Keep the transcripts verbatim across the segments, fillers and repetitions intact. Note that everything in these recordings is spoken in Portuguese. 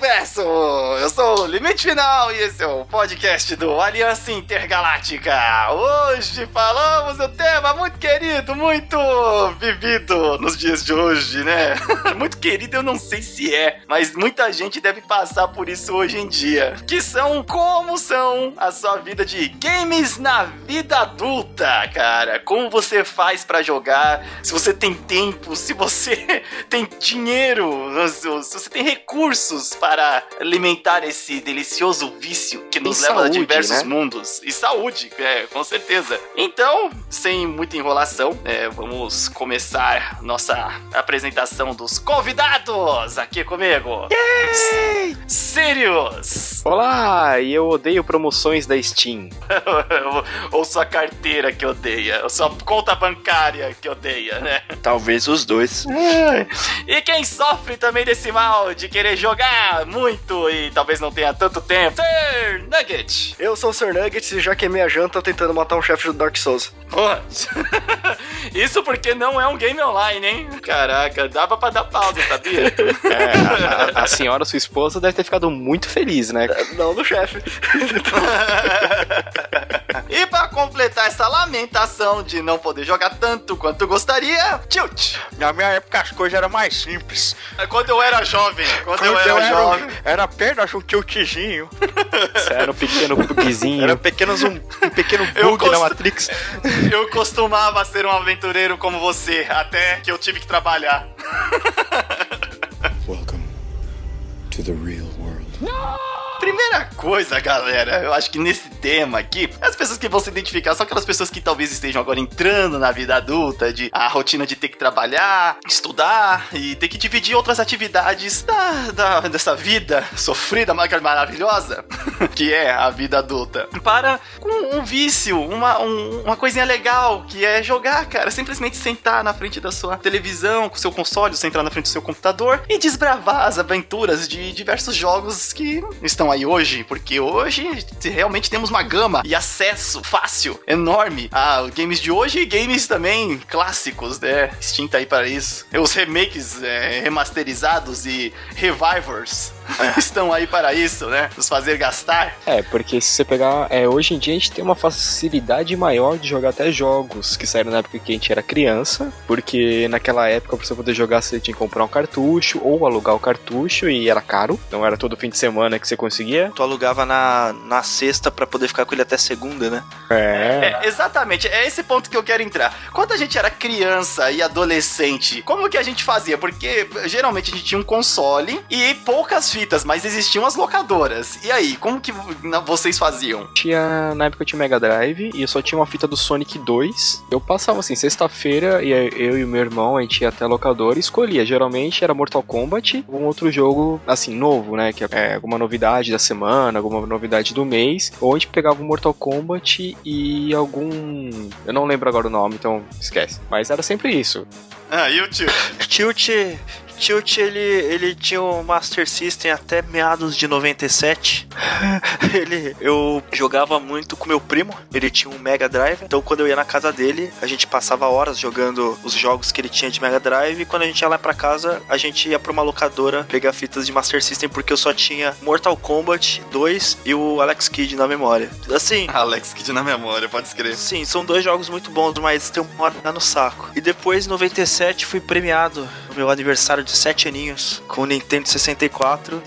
Universo! Eu sou o Limite Final e esse é o podcast do Aliança Intergaláctica. Hoje falamos um tema muito querido, muito vivido nos dias de hoje, né? Muito querido eu não sei se é, mas muita gente deve passar por isso hoje em dia. Que são como são a sua vida de games na vida adulta, cara. Como você faz pra jogar, se você tem tempo, se você tem dinheiro, se você tem recursos para alimentar esse delicioso vício que nos e leva saúde, a diversos né? mundos. E saúde, é, com certeza. Então, sem muita enrolação, é, vamos começar nossa apresentação dos convidados aqui comigo. Yay! Sirius! Olá, e eu odeio promoções da Steam. Ou sua carteira que odeia, ou sua conta bancária que odeia, né? Talvez os dois. E quem sofre também desse mal de querer jogar muito e talvez não tenha tanto tempo, Sir Nugget. Eu sou o Sir Nuggets e já queimei a janta tentando matar um chefe do Dark Souls. Porra. Isso porque não é um game online, hein? Caraca, dava pra dar pausa, sabia? É, a, a senhora, sua esposa, deve ter ficado muito feliz, né? Não do chefe. E pra completar essa lamentação de não poder jogar tanto quanto gostaria, Tilt. Na minha época as coisas eram mais simples. Quando eu era jovem, quando, Quando eu era eu era, jovem. era apenas um tiltzinho. Você era um pequeno bugzinho. Era apenas um, um pequeno Eu bug na gosto- Matrix. Eu costumava ser um aventureiro como você, até que eu tive que trabalhar. Welcome to the real world. Primeira coisa, galera, eu acho que nesse tema aqui, as pessoas que vão se identificar são aquelas pessoas que talvez estejam agora entrando na vida adulta, de a rotina de ter que trabalhar, estudar e ter que dividir outras atividades da, da- dessa vida sofrida, mar- maravilhosa, que é a vida adulta, para com um vício, uma, um- uma coisinha legal, que é jogar, cara, simplesmente sentar na frente da sua televisão, com seu console, sentar na frente do seu computador e desbravar as aventuras de diversos jogos que estão aí hoje, porque hoje realmente temos uma gama e acesso fácil, enorme a games de hoje e games também clássicos, né? Steam tá aí para isso. Os remakes é, remasterizados e revivers estão aí para isso, né? Nos fazer gastar. É, porque se você pegar... É, hoje em dia a gente tem uma facilidade maior de jogar até jogos que saíram na época que a gente era criança, porque naquela época, pra você poder jogar, você tinha que comprar um cartucho ou alugar o cartucho e era caro. Não era todo fim de semana que você conseguia. Tu alugava na, na sexta pra poder ficar com ele até segunda, né? É. É, exatamente, é esse ponto que eu quero entrar. Quando a gente era criança e adolescente, como que a gente fazia? Porque geralmente a gente tinha um console e poucas fitas, mas existiam as locadoras. E aí, como que na- vocês faziam? Tinha, na época eu tinha Mega Drive e eu só tinha uma fita do Sonic dois. Eu passava assim, sexta-feira, e eu e o meu irmão, a gente ia até a locadora e escolhia. Geralmente era Mortal Kombat, um outro jogo, assim, novo, né? Que é alguma novidade da semana, alguma novidade do mês. Ou a gente pegava o Mortal Kombat e algum... Eu não lembro agora o nome, então esquece. Mas era sempre isso. Ah, e o tio? Tilt, Tilt ele, ele tinha o Master System até meados de noventa e sete. ele, eu jogava muito com meu primo, ele tinha um Mega Drive, então quando eu ia na casa dele, a gente passava horas jogando os jogos que ele tinha de Mega Drive, e quando a gente ia lá pra casa, a gente ia pra uma locadora pegar fitas de Master System, porque eu só tinha Mortal Kombat dois e o Alex Kidd na memória. Assim... Alex Kidd na memória, pode escrever. Sim, são dois jogos muito bons, mas tem uma hora no saco. E depois, em noventa e sete, fui premiado no meu aniversário de sete aninhos com o Nintendo sessenta e quatro.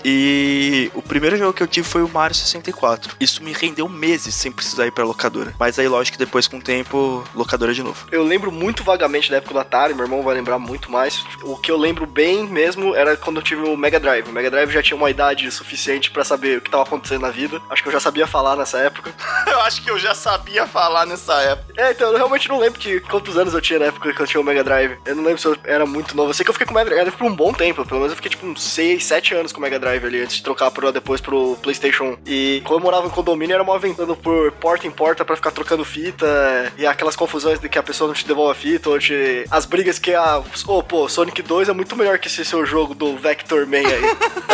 E o primeiro jogo que eu tive foi o Mario sessenta e quatro. Isso me rendeu meses sem precisar ir pra locadora. Mas aí, lógico que depois, com o tempo, locadora de novo. Eu lembro muito vagamente da época do Atari, meu irmão vai lembrar muito mais. O que eu lembro bem mesmo era quando eu tive o Mega Drive. O Mega Drive já tinha uma idade suficiente pra saber o que tava acontecendo na vida. Acho que eu já sabia falar nessa época. Eu acho que eu já sabia falar nessa época. É, então eu realmente não lembro que, quantos anos eu tinha na época que eu tinha o Mega Drive. Eu não lembro se eu era muito novo. Eu sei que eu fiquei com o Mega Drive por um bom tempo. Pelo menos eu fiquei tipo uns seis, sete anos com o Mega Drive ali, antes de trocar pro, depois pro PlayStation um. E quando eu morava em condomínio, era uma aventura por porta em porta pra ficar trocando fita. E aquelas confusões de que a pessoa não te devolve a fita, ou te... as brigas que a... Oh, pô, Sonic dois é muito melhor que esse seu jogo do Vector Man aí.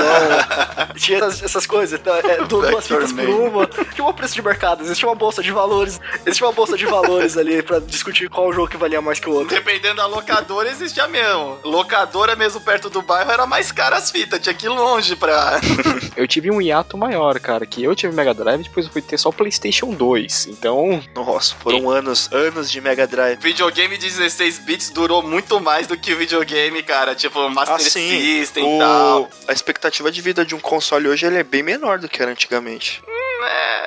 Então, tinha essas, essas coisas. Então, é, du- duas Vector fitas Man. por uma. Tinha um preço de mercado, existia uma bolsa de valores. Existia uma bolsa de valores ali pra discutir qual jogo que valia mais que o outro. Dependendo da locadora, existia mesmo. Locadora mesmo perto do bairro era mais caro as fitas, tinha que ir longe pra... Eu tive um hiato maior, cara, que eu tive Mega Drive, depois eu fui ter só o PlayStation dois, então... Nossa, foram e... anos, anos de Mega Drive. Videogame de dezesseis bits durou muito mais do que videogame, cara, tipo Master ah, System o... e tal. A expectativa de vida de um console hoje ele é bem menor do que era antigamente. Hum,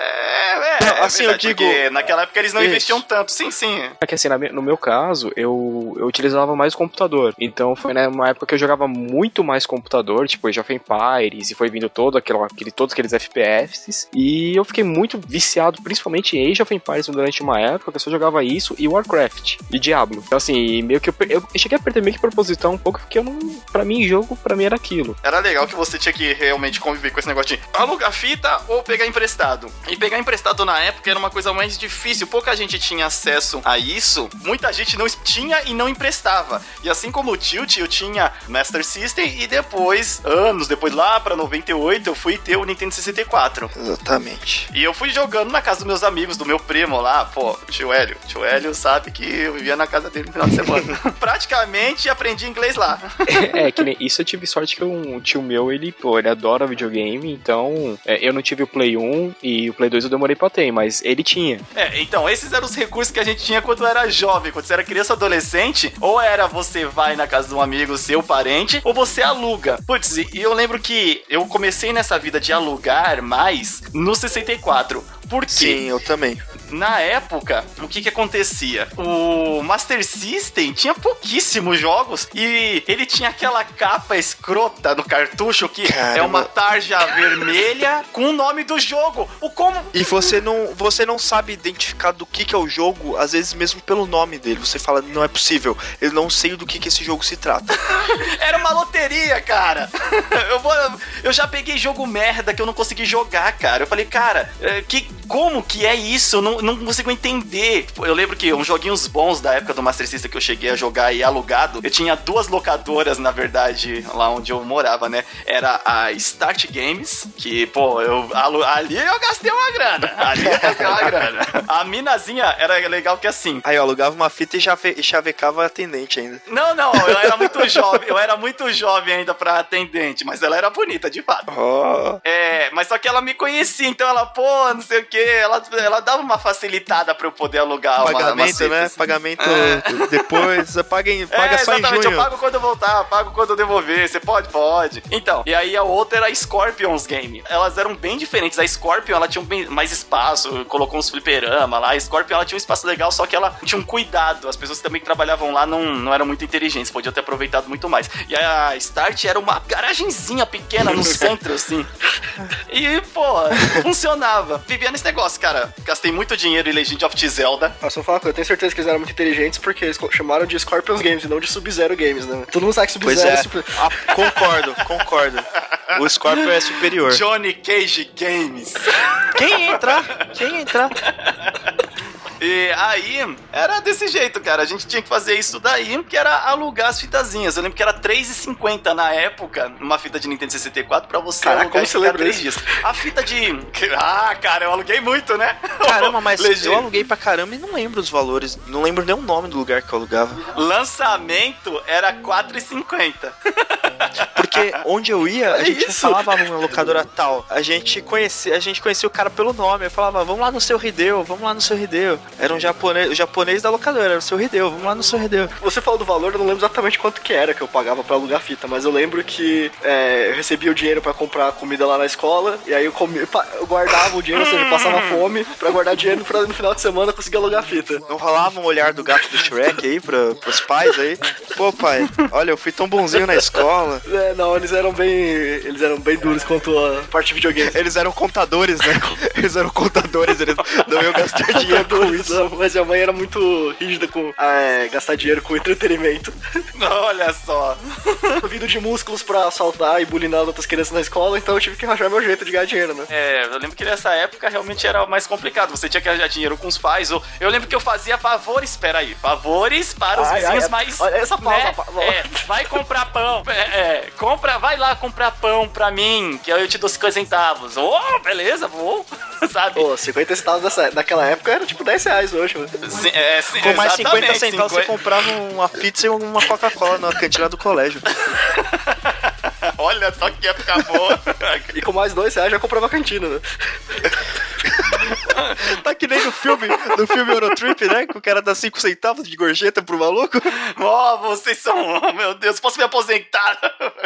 é, é, Não, é assim, verdade, eu digo... naquela época eles não Isso. investiam tanto, sim, sim. É que assim, no meu caso, eu, eu utilizava mais o computador, então foi numa época que eu jogava muito mais computador, tipo Age of Empires, e foi vindo todo aquele, aquele, todos aqueles F P S, e eu fiquei muito viciado, principalmente em Age of Empires durante uma época, que eu só jogava isso, e Warcraft, e Diablo. Então assim, meio que eu, eu cheguei a perder meio que proposital um pouco, porque eu não, pra mim, jogo, pra mim era aquilo. Era legal que você tinha que realmente conviver com esse negócio de alugar fita ou pegar emprestado. E pegar emprestado na época era uma coisa mais difícil, pouca gente tinha acesso a isso, muita gente não tinha e não emprestava. E assim como o Tilt, eu tinha Master System e depois, anos depois, lá pra noventa e oito, eu fui ter o Nintendo sessenta e quatro. Exatamente. E eu fui jogando na casa dos meus amigos, do meu primo lá, pô, tio Hélio. Tio Hélio sabe que eu vivia na casa dele no final de semana. Praticamente aprendi inglês lá. É, que nem isso eu tive sorte que um tio meu, ele, pô, ele adora videogame, então é, eu não tive o Play um e o Play dois eu demorei pra ter, mas ele tinha. É, então, esses eram os recursos que a gente tinha quando era jovem, quando você era criança ou adolescente, ou era você vai na casa de um amigo, seu parente, ou você aluga. Putz, e eu lembro que eu comecei nessa vida de alugar mais no sessenta e quatro. Por quê? Sim, eu também. Na época, o que que acontecia? O Master System tinha pouquíssimos jogos e ele tinha aquela capa escrota no cartucho que Caramba. é uma tarja vermelha com o nome do jogo. O como... E você não, você não sabe identificar do que que é o jogo, às vezes mesmo pelo nome dele. Você fala, não é possível, eu não sei do que que esse jogo se trata. Era uma loteria, cara. eu, vou, eu já peguei jogo merda que eu não consegui jogar, cara. Eu falei, cara, que, como que é isso? Eu não, não consigo entender. Eu lembro que uns joguinhos bons da época do Master System que eu cheguei a jogar e alugado, eu tinha duas locadoras, na verdade, lá onde eu morava, né? Era a Start Games, que, pô, eu, ali eu gastei uma grana. Ali eu gastei uma grana. A minazinha era legal que assim... Aí eu alugava uma fita e chave, chavecava a atendente ainda. Não, não, eu era muito jovem, eu era muito jovem ainda pra atendente, mas ela era bonita, de fato. Oh. É, mas só que ela me conhecia, então ela, pô, não sei o que, ela, ela dava uma facilitada pra eu poder alugar pagamento, uma, uma né? assim. Pagamento é. depois, paga, em, paga é, só em junho. eu pago quando eu voltar, pago quando eu devolver, você pode? Pode. Então, e aí a outra era a Scorpions Game. Elas eram bem diferentes, a Scorpion, ela tinha bem mais espaço, colocou uns fliperama lá, a Scorpion, ela tinha um espaço legal, só que ela tinha um cuidado, as pessoas também que trabalhavam lá não, não eram muito inteligentes, podiam ter aproveitado muito mais. E a Start era uma garagenzinha pequena no centro, assim. E, pô, funcionava. Vivia nesse negócio, cara. Gastei muito dinheiro em Legend of Zelda. Ah, só falar que eu tenho certeza que eles eram muito inteligentes porque eles chamaram de Scorpions Games e não de Sub-Zero Games, né? Todo mundo sabe que Sub-Zero é. é super... ah, concordo, concordo. O Scorpion é superior. Johnny Cage Games. Quem entrar? Quem entrar? E aí, era desse jeito, cara. A gente tinha que fazer isso daí, que era alugar as fitazinhas. Eu lembro que era três reais e cinquenta centavos na época, uma fita de Nintendo sessenta e quatro, pra você Caraca, alugar como e você ficar lembra três disso? dias. A fita de... Ah, cara, eu aluguei muito, né? Caramba, mas Legend. eu aluguei pra caramba e não lembro os valores. Não lembro nem o nome do lugar que eu alugava. Lançamento era quatro reais e cinquenta centavos. Porque onde eu ia, a É gente isso? não falava numa locadora tal. A gente conhecia, a gente conhecia o cara pelo nome. Eu falava, vamos lá no seu Hideo, vamos lá no seu Hideo. Era um japonês, o japonês da locadora, era o seu Hideo, vamos lá no seu Hideo. Você falou do valor, eu não lembro exatamente quanto que era que eu pagava pra alugar fita, mas eu lembro que é, eu recebia o dinheiro pra comprar comida lá na escola, e aí eu, comia, eu guardava o dinheiro, ou seja, eu passava fome pra guardar dinheiro pra no final de semana conseguir alugar fita. Não rolava um olhar do gato do Shrek aí pra, pros pais aí? Pô, pai, olha, eu fui tão bonzinho na escola. É, não, eles eram bem. Eles eram bem duros quanto a parte de videogame. Eles eram contadores, né? Eles eram contadores, eles não iam gastar dinheiro com isso. Não, mas minha mãe era muito rígida com é, gastar dinheiro com entretenimento. Olha só. Vindo de músculos pra assaltar e bulinar outras crianças na escola, então eu tive que arranjar meu jeito de ganhar dinheiro, né? É, eu lembro que nessa época realmente era mais complicado. Você tinha que arranjar dinheiro com os pais. Ou... Eu lembro que eu fazia favores, peraí, favores para os Ai, vizinhos ai, mais. olha essa pausa, né? pausa. É, vai comprar pão. É, é, compra, vai lá comprar pão pra mim, que aí eu te dou cinquenta centavos. Ô, oh, beleza, vou. Sabe? Pô, cinquenta centavos dessa, daquela época era tipo dez reais hoje, mano. Sim, é, sim, Com mais cinquenta exatamente, centavos você cinquenta comprava uma pizza e uma Coca-Cola na cantina do colégio. Olha só que época boa. E com mais dois reais já comprava a cantina, né? Tá que nem no filme, no filme Eurotrip, né? Que o cara dá cinco centavos de gorjeta pro maluco. Ó, oh, vocês são... Oh, meu Deus, posso me aposentar?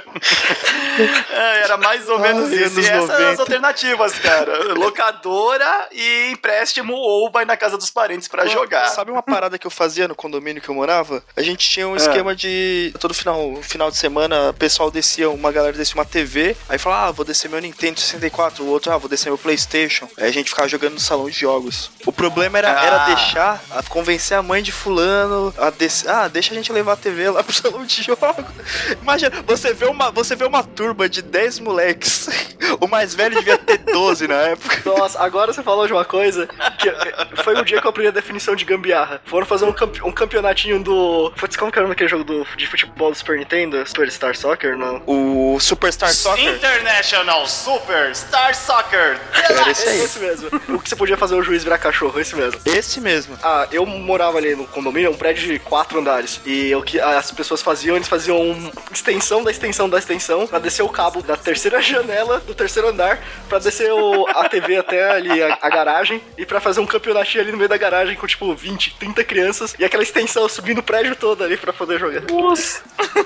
É, era mais ou menos Ai, isso. E essas são as alternativas, cara. Locadora e empréstimo ou vai na casa dos parentes pra Pô, jogar. Sabe uma parada que eu fazia no condomínio que eu morava? A gente tinha um É. esquema de... Todo final, final de semana, o pessoal descia, uma galera descia uma T V, aí falava, ah, vou descer meu Nintendo sessenta e quatro, o outro, ah, vou descer meu PlayStation. Aí a gente ficava jogando no salão de jogos. O problema era, Ah. era deixar, a convencer a mãe de fulano a descer, ah, deixa a gente levar a T V lá pro salão de jogos. Imagina, você vê uma, você vê uma turma de dez moleques, o mais velho devia ter doze na época. Nossa, agora você falou de uma coisa que foi o dia que eu aprendi a definição de gambiarra. Foram fazer um, campe, um campeonatinho do... Putz, como que era aquele jogo do, de futebol do Super Nintendo? Super Star Soccer, não? O Superstar Soccer. International Super Star Soccer. Era esse aí. Esse mesmo. O que você podia fazer o juiz virar cachorro, esse mesmo. Esse mesmo. Ah, eu morava ali no condomínio, um prédio de quatro andares. E o que as pessoas faziam, eles faziam uma extensão da extensão da extensão pra descer o cabo da terceira janela do terceiro andar, pra descer o, a T V até ali a, a garagem e pra fazer um campeonatinho ali no meio da garagem com tipo vinte, trinta crianças e aquela extensão subindo o prédio todo ali pra poder jogar. Nossa.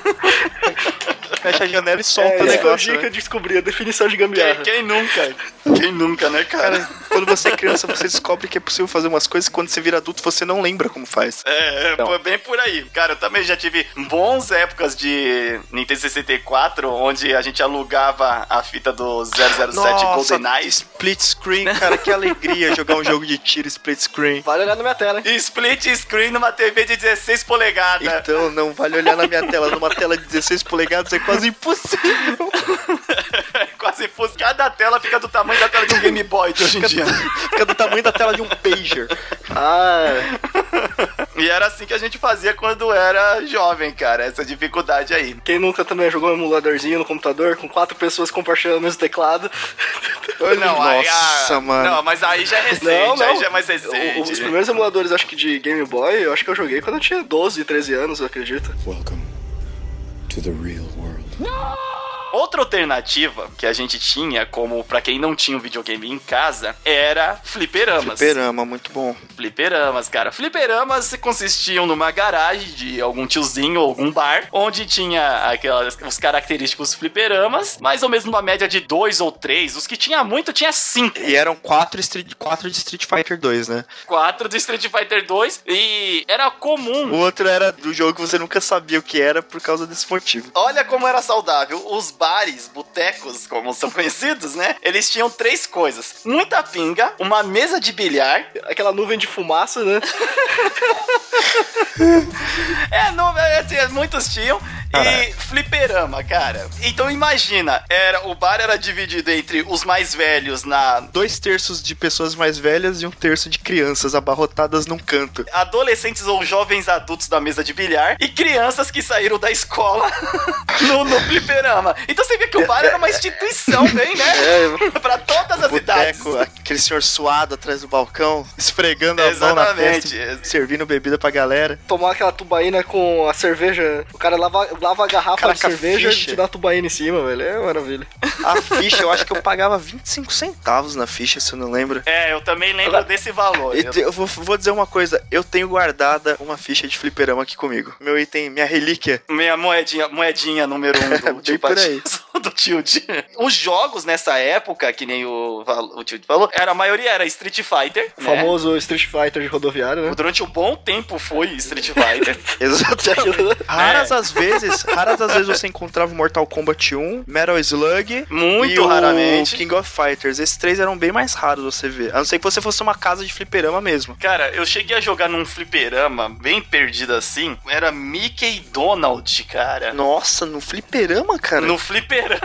Fecha a janela e solta É, o esse foi o negócio, dia né? que eu descobri a definição de Quem, gambiarra. quem nunca? Quem nunca, né, cara? Cara, quando você é criança, você descobre que é possível fazer umas coisas que quando você vira adulto, você não lembra como faz. É, Então. foi bem por aí. Cara, eu também já tive bons épocas de Nintendo sessenta e quatro, onde a gente alugava a fita do zero zero sete GoldenEye. split screen, cara, que alegria jogar um jogo de tiro split screen. Vale olhar na minha tela, hein? E split screen numa T V de dezesseis polegadas. Então, não vale olhar na minha tela. Numa tela de dezesseis polegadas é quase impossível. Quase fosse. Cada tela fica do tamanho da tela de um Game Boy de hoje em dia. Fica do tamanho da tela de um pager. Ah, E era assim que a gente fazia quando era jovem, cara. Essa dificuldade aí. quem nunca também jogou um emuladorzinho no computador com quatro pessoas compartilhando o mesmo teclado? Não, aí, Nossa, ah, mano. Não, mas aí já é recente, Não, não. aí já é mais O- recente. Os primeiros emuladores, acho que de Game Boy, eu acho que eu joguei quando eu tinha doze, treze anos, eu acredito. Welcome to the real world. Outra alternativa que a gente tinha, como pra quem não tinha um videogame em casa, era fliperamas. Fliperama, muito bom. Fliperamas, cara. Fliperamas consistiam numa garagem de algum tiozinho ou algum bar, onde tinha aquelas, os característicos fliperamas, mais ou menos uma média de dois ou três. Os que tinha muito, tinha cinco. E eram quatro, Street, quatro de Street Fighter dois, né? Quatro do Street Fighter dois. E era comum. O outro era do jogo que você nunca sabia o que era por causa desse motivo. Olha como era saudável. Os bares, botecos, como são conhecidos, né? Eles tinham três coisas. Muita pinga, uma mesa de bilhar. Aquela nuvem de fumaça, né? É, não, é, é, muitos tinham. E fliperama, cara. Então imagina, era, o bar era dividido entre os mais velhos na... Dois terços de pessoas mais velhas e um terço de crianças abarrotadas num canto. adolescentes ou jovens adultos da mesa de bilhar e crianças que saíram da escola no, no fliperama. Então você vê que o bar era uma instituição, bem, né? Pra todas as idades. Boteco, aquele senhor suado atrás do balcão, esfregando a mão na Exatamente. testa, servindo bebida pra galera. Tomar aquela tubaína com a cerveja. O cara lava, lava a garrafa Cara, de com a cerveja e ficha. te dá a tubaína em cima, velho. É maravilha. A ficha, eu acho que eu pagava vinte e cinco centavos na ficha, se eu não lembro. É, eu também lembro desse valor. E te- Eu vou, vou dizer uma coisa, eu tenho guardada uma ficha de fliperama aqui comigo. Meu item, minha relíquia. Minha moedinha, moedinha número um do Bem tio por aí. Patiço, do Tilt. Os jogos nessa época, que nem o, o Tilt falou, era, a maioria era Street Fighter, O né? famoso Street Fighter de rodoviário, né? Durante um bom tempo foi Street Fighter. Exatamente. Raras É. as vezes, raras as vezes você encontrava o Mortal Kombat um, Metal Slug Muito e o raramente. King of Fighters. Esses três eram bem mais raros você ver. A não ser que você fosse uma casa de fliperama mesmo. Cara, eu cheguei a jogar num fliperama bem perdido assim. Era Mickey e Donald, cara. Nossa, no fliperama, cara? No fliperama.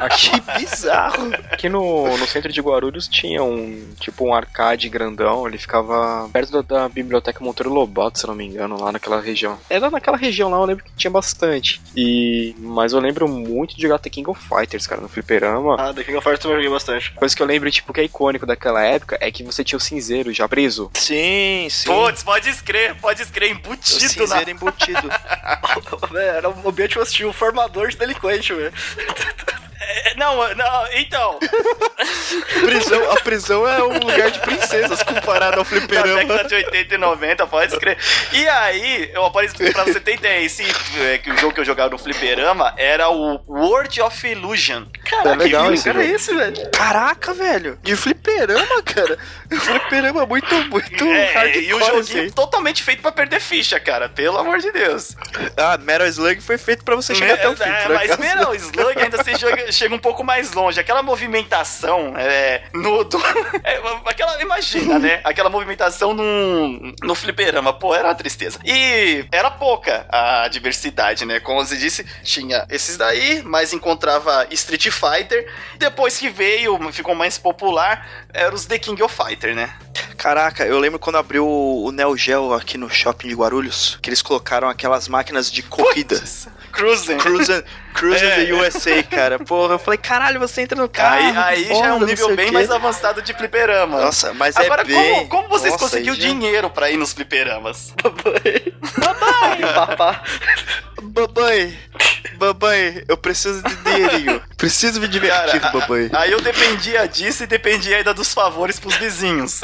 Que bizarro. Aqui no, no centro de Guarulhos tinha um, tipo, um arcade grandão, ele ficava perto da, da biblioteca Monteiro Lobato, se eu não me engano, lá naquela região. Era naquela região lá, eu lembro que tinha bastante. E, mas eu lembro muito de jogar The King of Fighters, cara, no fliperama. Ah, The King of Fighters também joguei bastante. Coisa que eu lembro, tipo, que é icônico daquela época é que você tinha o cinzeiro já preso. Sim, sim. Putz, pode escrever, pode escrever, embutido O cinzeiro na... embutido. Era um ambiente hostil, um formador de delinquente, velho. É, não, não, então... prisão, a prisão é um lugar de princesas comparado ao Na fliperama. década de oitenta e noventa, pode escrever. E aí, eu apareço pra você ter ideia, esse é, que o jogo que eu jogava no fliperama era o World of Illusion. Caraca, É legal que esse jogo era jogo. esse, velho? Caraca, velho. De fliperama, cara. O fliperama é muito, muito É, hardcore. e o assim. joguinho totalmente feito pra perder ficha, cara, pelo amor de Deus. Ah, Metal Slug foi feito pra você chegar até o fim. É, por mas acaso. Metal Slug ainda você joga, chega um pouco mais longe. Aquela movimentação é, no, do, é, aquela, imagina, né? Aquela movimentação no, no fliperama, pô, era uma tristeza. E era pouca a diversidade, né? Como você disse, tinha esses daí, mas encontrava Street Fighter. Depois que veio, ficou mais popular, eram os The King of Fighter, né? Caraca, eu lembro quando abriu o Neo Geo aqui no shopping de Guarulhos, que eles colocaram aquelas máquinas de corrida. Putz, Cruising. Cruising, Cruising É. the U S A, cara. Porra, eu falei, caralho, você entra no carro. Aí, aí já é foda, um não nível sei o bem quê. mais avançado de fliperama. Nossa, mas Agora, é bem... como, como vocês Nossa, conseguiram aí já- dinheiro pra ir nos fliperamas? Papá. Babai, babai, eu preciso de dinheirinho. Preciso me divertir, Cara, babai. Aí eu dependia disso e dependia ainda dos favores pros vizinhos.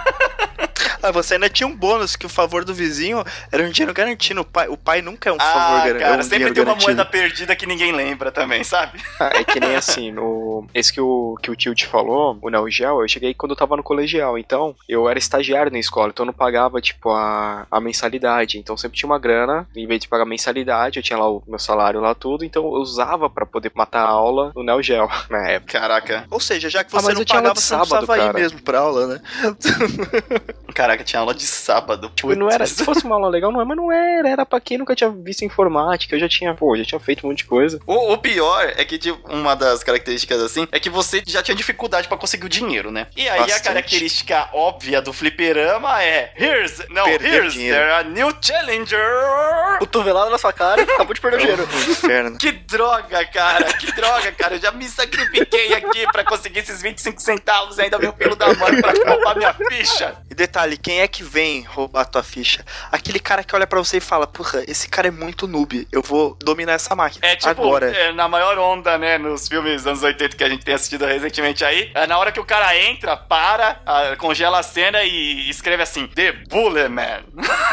Ah, você ainda tinha um bônus que o favor do vizinho era um dinheiro garantido. O pai, o pai nunca é um Ah, favor garantido. cara, é um sempre dinheiro tem uma garantido. moeda perdida que ninguém lembra também, sabe? Ah, é que nem assim, no... esse que o, que o tio te falou, o Neo Geo, eu cheguei quando eu tava no colegial, então eu era estagiário na escola, então eu não pagava, tipo, a, a mensalidade, então sempre tinha uma grana, em vez de pagar mensalidade, eu tinha lá o meu salário lá tudo, então eu usava pra poder matar a aula no Neo Geo, na época. Caraca. Ou seja, já que Ah, você mas não eu tinha aula pagava, de você não sábado, precisava ir cara. mesmo pra aula, né? Caraca, tinha aula de sábado. Tipo, não era, Putz. se fosse uma aula legal, não é, mas não era, era pra quem nunca tinha visto informática, eu já tinha, pô, já tinha feito um monte de coisa. O, o pior é que tipo, uma das características assim é que você já tinha dificuldade pra conseguir o dinheiro, né? E aí a Bastante. característica óbvia do fliperama é Here's, não, Perder here's dinheiro. there a new challenger. Cotovelada na sua cara e acabou de perder o dinheiro. Um inferno. Que droga, cara, que droga, cara. Eu já me sacrifiquei aqui pra conseguir esses vinte e cinco centavos e ainda meu filho da mãe pra roubar minha ficha. E detalhe, quem é que vem roubar a tua ficha? Aquele cara que olha pra você e fala, porra, esse cara é muito noob, eu vou dominar essa máquina. É tipo, Agora. é, na maior onda, né, nos filmes dos anos oitenta que a gente tem assistido recentemente aí, é na hora que o cara entra, para, ah, congela a cena e escreve assim, The Bullet Man.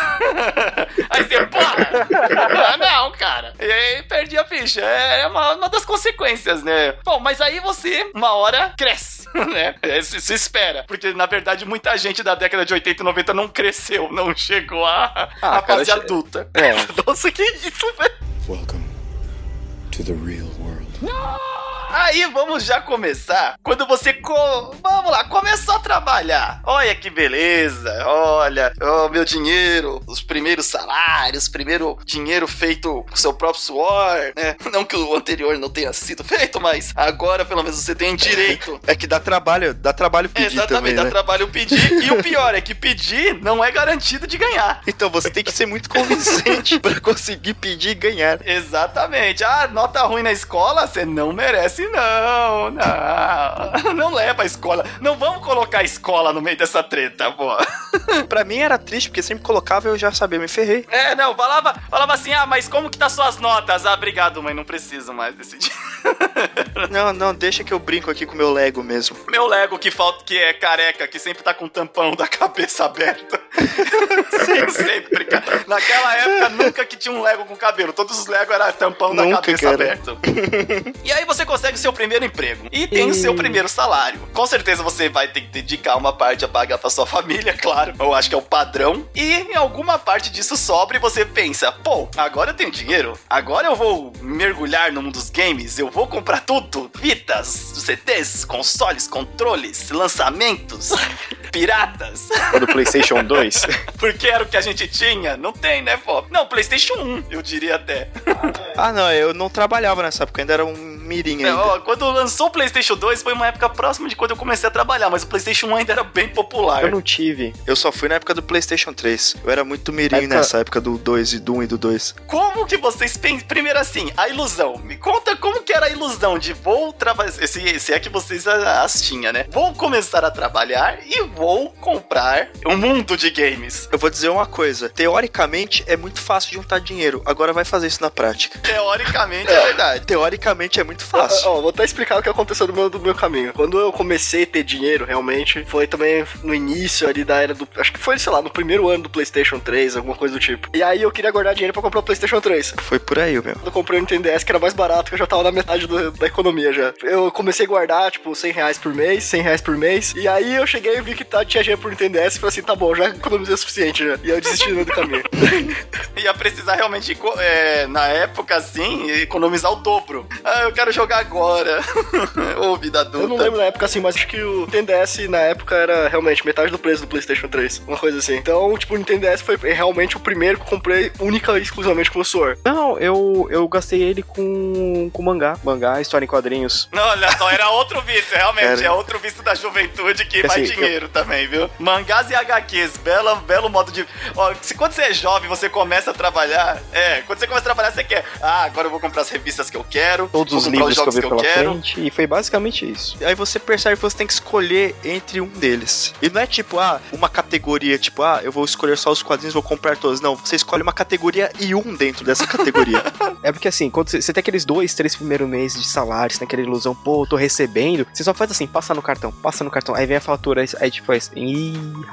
Aí você, para! Ah, não, cara. E aí perdi a ficha. É uma, uma das consequências, né? Bom, mas aí você, uma hora, cresce, né? É, se, se espera. Porque, na verdade, muita gente da década de oitenta e noventa não cresceu, não chegou a, Ah, a cara, fase che- adulta. É, Nossa, que isso, velho? Welcome to the real world. Aí vamos já começar. Quando você. Co... Vamos lá, começou a trabalhar. Olha que beleza. Olha, o meu dinheiro, os primeiros salários, primeiro dinheiro feito com seu próprio suor, né? Não que o anterior não tenha sido feito, mas agora pelo menos você tem direito. É que dá trabalho, dá trabalho pedir Exatamente, também, dá né? trabalho pedir. E o pior é que pedir não é garantido de ganhar. Então você tem que ser muito convincente pra conseguir pedir e ganhar. Exatamente. Ah, nota ruim na escola, você não merece, não. Não. Não leva a escola. Não vamos colocar a escola no meio dessa treta, pô. Pra mim era triste, porque sempre colocava e eu já sabia, me ferrei. É, não, falava, falava assim, ah, mas como que tá suas notas? Ah, obrigado, mãe, não preciso mais decidir. Não, não, deixa que eu brinco aqui com o meu Lego mesmo. Meu Lego que falta, que é careca, que sempre tá com o tampão da cabeça aberta. Sim, sempre, cara. Naquela época, nunca que tinha um Lego com cabelo. Todos os Lego era tampão da Nunca, cabeça cara. aberto. E aí você consegue o seu primeiro emprego. E tem o seu primeiro salário. Com certeza você vai ter que dedicar uma parte a pagar pra sua família, claro. Eu acho que é o padrão. E em alguma parte disso sobra e você pensa, pô, agora eu tenho dinheiro. Agora eu vou mergulhar no mundo dos games. Eu dinheiro, vou comprar tudo. Vitas, C Ds, consoles, controles, lançamentos, piratas. Do PlayStation dois? Porque era o que a gente tinha? Não tem, né, pô? Não, PlayStation um, eu diria até. Ah, não, eu não trabalhava nessa época, ainda era um mirim ainda. É, ó, quando lançou o PlayStation dois foi uma época próxima de quando eu comecei a trabalhar, mas o PlayStation um ainda era bem popular. Eu não tive. Eu só fui na época do PlayStation três. Eu era muito mirim Época- nessa época do dois e do um e do dois. Como que vocês pensam? Primeiro assim, a ilusão. Me conta como que era a ilusão de vou trabalhar. Se, se é que vocês as tinham, né? Vou começar a trabalhar e vou comprar um mundo de games. Eu vou dizer uma coisa. Teoricamente, é muito fácil juntar dinheiro. Agora vai fazer isso na prática. Teoricamente é verdade. Teoricamente é muito fácil. Ó, vou até explicar o que aconteceu do meu, do meu caminho. Quando eu comecei a ter dinheiro, realmente, foi também no início ali da era do... Acho que foi, sei lá, no primeiro ano do PlayStation três, alguma coisa do tipo. E aí eu queria guardar dinheiro pra comprar o PlayStation três. Foi por aí, meu. Quando eu comprei o Nintendo D S, que era mais barato, que eu já tava na metade do- da economia já. Eu comecei a guardar, tipo, cem reais por mês, cem reais por mês. E aí eu cheguei e vi que tá, tinha dinheiro pro Nintendo D S e falei assim, tá bom, já economizei o suficiente já. E eu desisti no meio do caminho. Ia precisar realmente, é, na época, assim, economizar o dobro. Ah, eu quero jogar agora. Ô, vida adulta. Eu não lembro na época assim, mas acho que o Nintendo D S na época era realmente metade do preço do PlayStation três. Uma coisa assim. Então, tipo, o Nintendo D S foi realmente o primeiro que eu comprei única e exclusivamente com o Sword. Não, eu, eu gastei ele com, com mangá. Mangá, história em quadrinhos. Não, olha só, era outro vício, realmente. Era. É outro vício da juventude que Assim, vai dinheiro também, viu? Mangás e H Qs, bela, belo modo de... Ó, se quando você é jovem, você começa a trabalhar... É, quando você começa a trabalhar, você quer... Ah, agora eu vou comprar as revistas que eu quero. Todos vou os comprar livros que eu jogos vi que eu, pela quero. frente. E foi basicamente isso. Aí você percebe que você tem que escolher entre um deles. E não é tipo, ah, uma categoria, tipo, ah, eu vou escolher só os quadrinhos, vou comprar todos. Não, você escolhe uma categoria e um dentro dessa categoria. É porque assim, quando você, você tem aqueles dois, três primeiros meses de salário, você tem aquela ilusão, pô, eu tô recebendo, você só faz assim, passa no cartão, passa no cartão, aí vem a fatura, aí, aí tipo, aí, ih,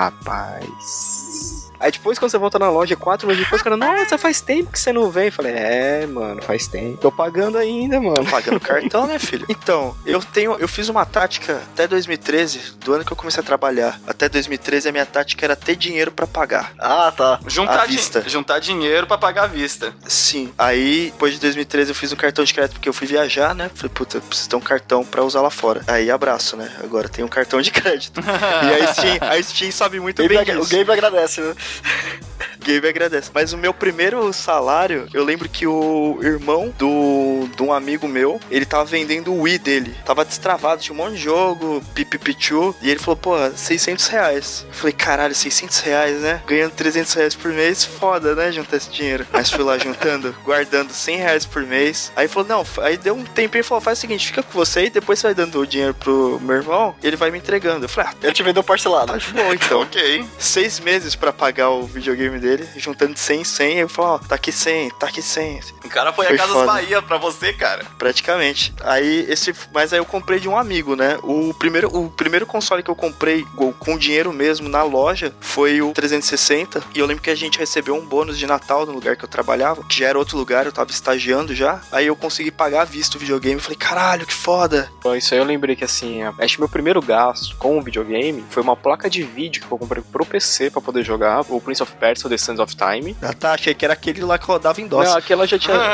rapaz... Aí depois, quando você volta na loja, quatro meses depois, o cara, nossa, faz tempo que você não vem. Eu falei, é, mano, faz tempo. Tô pagando ainda, mano. Pagando cartão, né, filho? Então, eu tenho, eu fiz uma tática até dois mil e treze, do ano que eu comecei a trabalhar. Até dois mil e treze a minha tática era ter dinheiro pra pagar. Ah, tá. Juntar, À vista. din- juntar dinheiro pra pagar à vista. Sim. Aí, depois de dois mil e treze, eu fiz um cartão de crédito porque eu fui viajar, né? Falei, puta, eu preciso ter um cartão pra usar lá fora. Aí, abraço, né? Agora tem um cartão de crédito. E a Steam, a Steam sabe muito Gabe bem agra- disso. o Gabe agradece, né? Gabe agradece. Mas o meu primeiro salário, eu lembro que o irmão do, de um amigo meu, ele tava vendendo o Wii dele. Tava destravado, tinha um monte de jogo, pipipichu. E ele falou, pô, seiscentos reais. Eu falei, caralho, seiscentos reais, né? Ganhando trezentos reais por mês, foda, né? Juntar esse dinheiro. Mas fui lá juntando, guardando cem reais por mês. Aí falou, não, aí deu um tempinho e falou, faz o seguinte, fica com você e depois você vai dando o dinheiro pro meu irmão e ele vai me entregando. Eu falei, ah, Ele te vendeu parcelado. tá de boa, então. Ok. Seis meses pra pagar o videogame dele, juntando de cem em cem, eu falo, ó, tá aqui cem, tá aqui cem, O cara foi, Foi a Casas foda. Bahia pra você, cara. praticamente. Aí esse, mas aí eu comprei de um amigo, né? O primeiro, o primeiro console que eu comprei com com dinheiro mesmo na loja foi o trezentos e sessenta, e eu lembro que a gente recebeu um bônus de Natal no lugar que eu trabalhava, que já era outro lugar, eu tava estagiando já. Aí eu consegui pagar à vista o videogame, falei, caralho, que foda. Então, isso aí eu lembrei que assim, acho que meu primeiro gasto com o videogame foi uma placa de vídeo que eu comprei pro P C pra poder jogar o Prince of Persia, The Sands of Time. Ah tá, achei que era aquele lá que rodava em DOS. Não, aquela já tinha...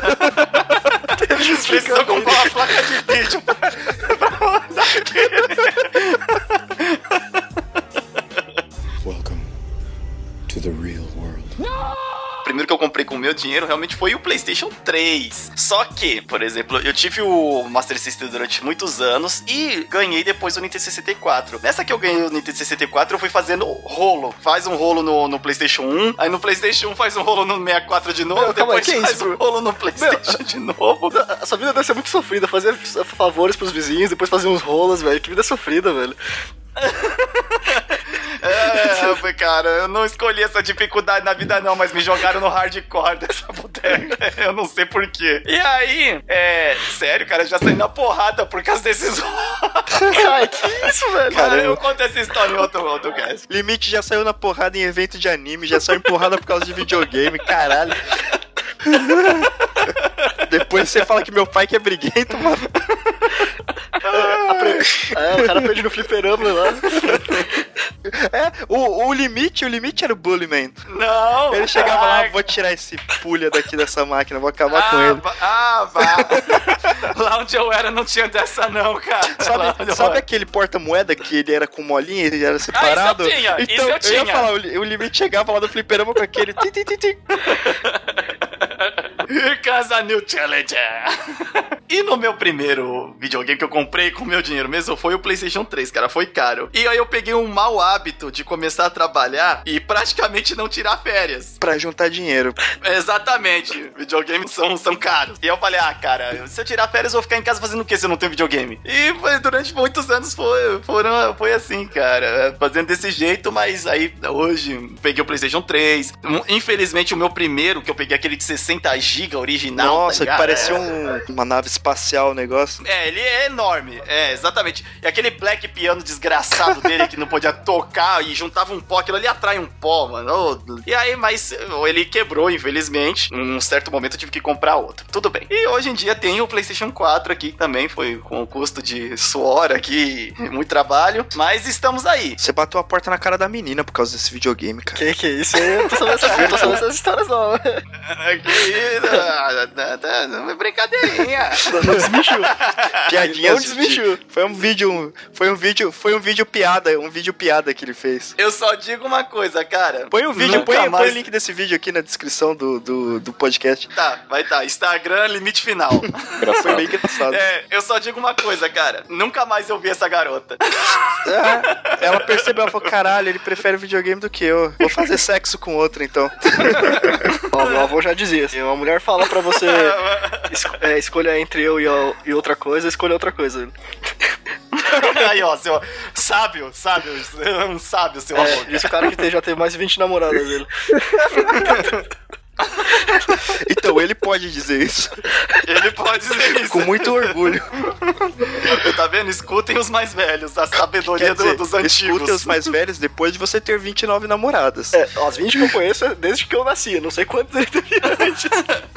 Precisou comprar uma placa de vídeo pra, pra rodar Welcome to the real world. O primeiro que eu comprei com o meu dinheiro realmente foi o PlayStation três. Só que, por exemplo, eu tive o Master System durante muitos anos e ganhei depois o Nintendo sessenta e quatro. Nessa que eu ganhei o Nintendo sessenta e quatro, eu fui fazendo rolo. Faz um rolo no, no PlayStation um, aí no PlayStation um faz um rolo no sessenta e quatro de novo, Meu, calma aí, depois que faz isso, um bro? rolo no PlayStation de novo. A sua vida deve ser muito sofrida, fazer favores pros vizinhos, depois fazer uns rolos, velho. Que vida sofrida, velho. É, foi, cara, eu não escolhi essa dificuldade na vida não, mas me jogaram no hardcore dessa boteca, eu não sei porquê. E aí, é, sério, cara, eu já saí na porrada por causa desses... Ai, que isso, velho. Cara, eu conto essa história em outro, outro cast. Limite já saiu na porrada em evento de anime, já saiu em porrada por causa de videogame, caralho. Depois você fala que meu pai que é briguento, mano. A, pre- É, o cara perde no fliperama lá. É, o, o limite, o limite era o Bullyman. Não! Ele chegava ah, lá, vou tirar esse pulha daqui dessa máquina, vou acabar ah, com ele. Ah, vá! Lá onde eu era não tinha dessa não, cara. Sabe, sabe aquele porta-moeda que ele era com molinha, ele era separado? Ah, isso eu tinha, então, isso eu tinha. ia falar, o, o limite chegava lá no fliperama com aquele tim, tim, tim, tim. Here comes a new challenger. E no meu primeiro videogame que eu comprei com meu dinheiro mesmo foi o PlayStation três, cara, foi caro. E aí eu peguei um mau hábito de começar a trabalhar e praticamente não tirar férias. Pra juntar dinheiro. Exatamente, videogames são, são caros. E eu falei, ah, cara, se eu tirar férias eu vou ficar em casa fazendo o que se eu não tenho videogame? E foi, durante muitos anos foi, foram, foi assim, cara, fazendo desse jeito, mas aí hoje peguei o PlayStation três. Infelizmente o meu primeiro, que eu peguei aquele de sessenta gigas original. Nossa, tá que parecia é... um, uma nave espacial o negócio. É, ele é enorme, é, exatamente. E aquele black piano desgraçado dele que não podia tocar e juntava um pó, aquilo ali atrai um pó, mano. Oh, e aí, mas ele quebrou, infelizmente. Num certo momento eu tive que comprar outro. Tudo bem. E hoje em dia tem o PlayStation quatro aqui também, foi com o custo de suor aqui, muito trabalho, mas estamos aí. Você bateu a porta na cara da menina por causa desse videogame, cara. Que que é isso? Eu não tô sabendo essas, eu tô sabendo essas histórias não. Que isso? Não é brincadeirinha. Não desmichu. Piadinhas. Não desmichu. Foi um vídeo, foi um vídeo, foi um vídeo piada, um vídeo piada que ele fez. Eu só digo uma coisa, cara. Põe o vídeo, Nunca põe, mais... põe o link desse vídeo aqui na descrição do, do, do podcast. Tá, vai tá. Instagram, limite final. Foi bem engraçado. É, eu só digo uma coisa, cara. Nunca mais eu vi essa garota. É, ela percebeu, ela falou, caralho, ele prefere videogame do que eu. Vou fazer sexo com outro, então. Ó, meu avô já dizia assim, uma mulher fala pra você es é, escolher entre eu e, a, e outra coisa, escolha outra coisa. Aí, ó, seu sábio, sábio, um sábio, seu É, avô. isso o cara que tem, já teve mais de vinte namoradas dele. Então, ele pode dizer isso. Ele pode dizer isso. Com muito orgulho. Tá vendo? Escutem os mais velhos, a sabedoria Quer dizer, do, dos antigos. Escutem os mais velhos depois de você ter vinte e nove namoradas. É, as vinte que eu conheço é desde que eu nasci, não sei quantos ele teve antes.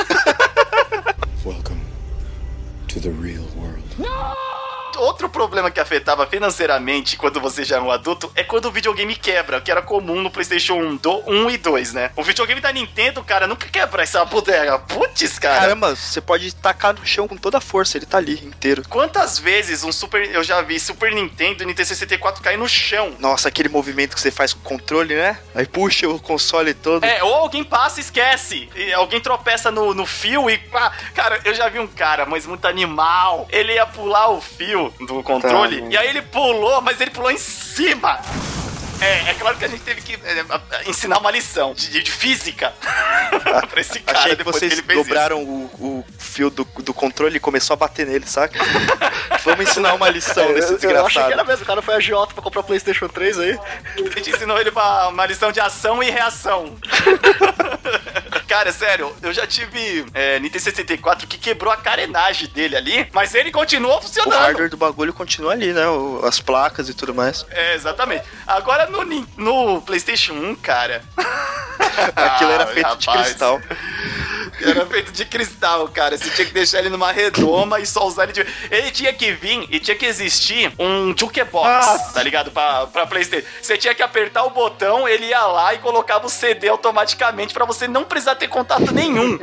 Welcome to the real world. Outro problema que afetava financeiramente quando você já é um adulto é quando o videogame quebra, que era comum no PlayStation um e dois, né? O videogame da Nintendo, cara, nunca quebra essa bodega. Putz, cara. Caramba, você pode tacar no chão com toda a força, ele tá ali inteiro. Quantas vezes um Super... Eu já vi Super Nintendo e Nintendo sessenta e quatro cair no chão. Nossa, aquele movimento que você faz com o controle, né? Aí puxa o console todo. É, ou alguém passa e esquece. E alguém tropeça no, no fio e pá. Cara, eu já vi um cara, mas muito animal. Ele ia pular o fio do controle, Tá, e aí ele pulou, mas ele pulou em cima. É, é claro que a gente teve que é, ensinar uma lição de, de física pra esse cara. Achei que depois vocês que ele fez dobraram o, o fio do, do controle e começou a bater nele, saca? Vamos ensinar uma lição É, nesse eu, eu achei que desgraçado. era mesmo, o cara foi agiota pra comprar o PlayStation três aí. A gente ensinou ele pra uma lição de ação e reação. Cara, sério, eu já tive é, Nintendo sessenta e quatro que quebrou a carenagem dele ali, mas ele continuou O funcionando. hardware do bagulho continua ali, né? O- as placas e tudo mais. É, exatamente. Agora no, Nin- no PlayStation um, cara. Aquilo era Ah, feito de rapaz. cristal. Era feito de cristal, cara. Você tinha que deixar ele numa redoma e só usar ele de... Ele tinha que vir e tinha que existir um jukebox, Ah. tá ligado? Pra, pra PlayStation. Você tinha que apertar o botão, ele ia lá e colocava o C D automaticamente pra você não precisar ter contato nenhum.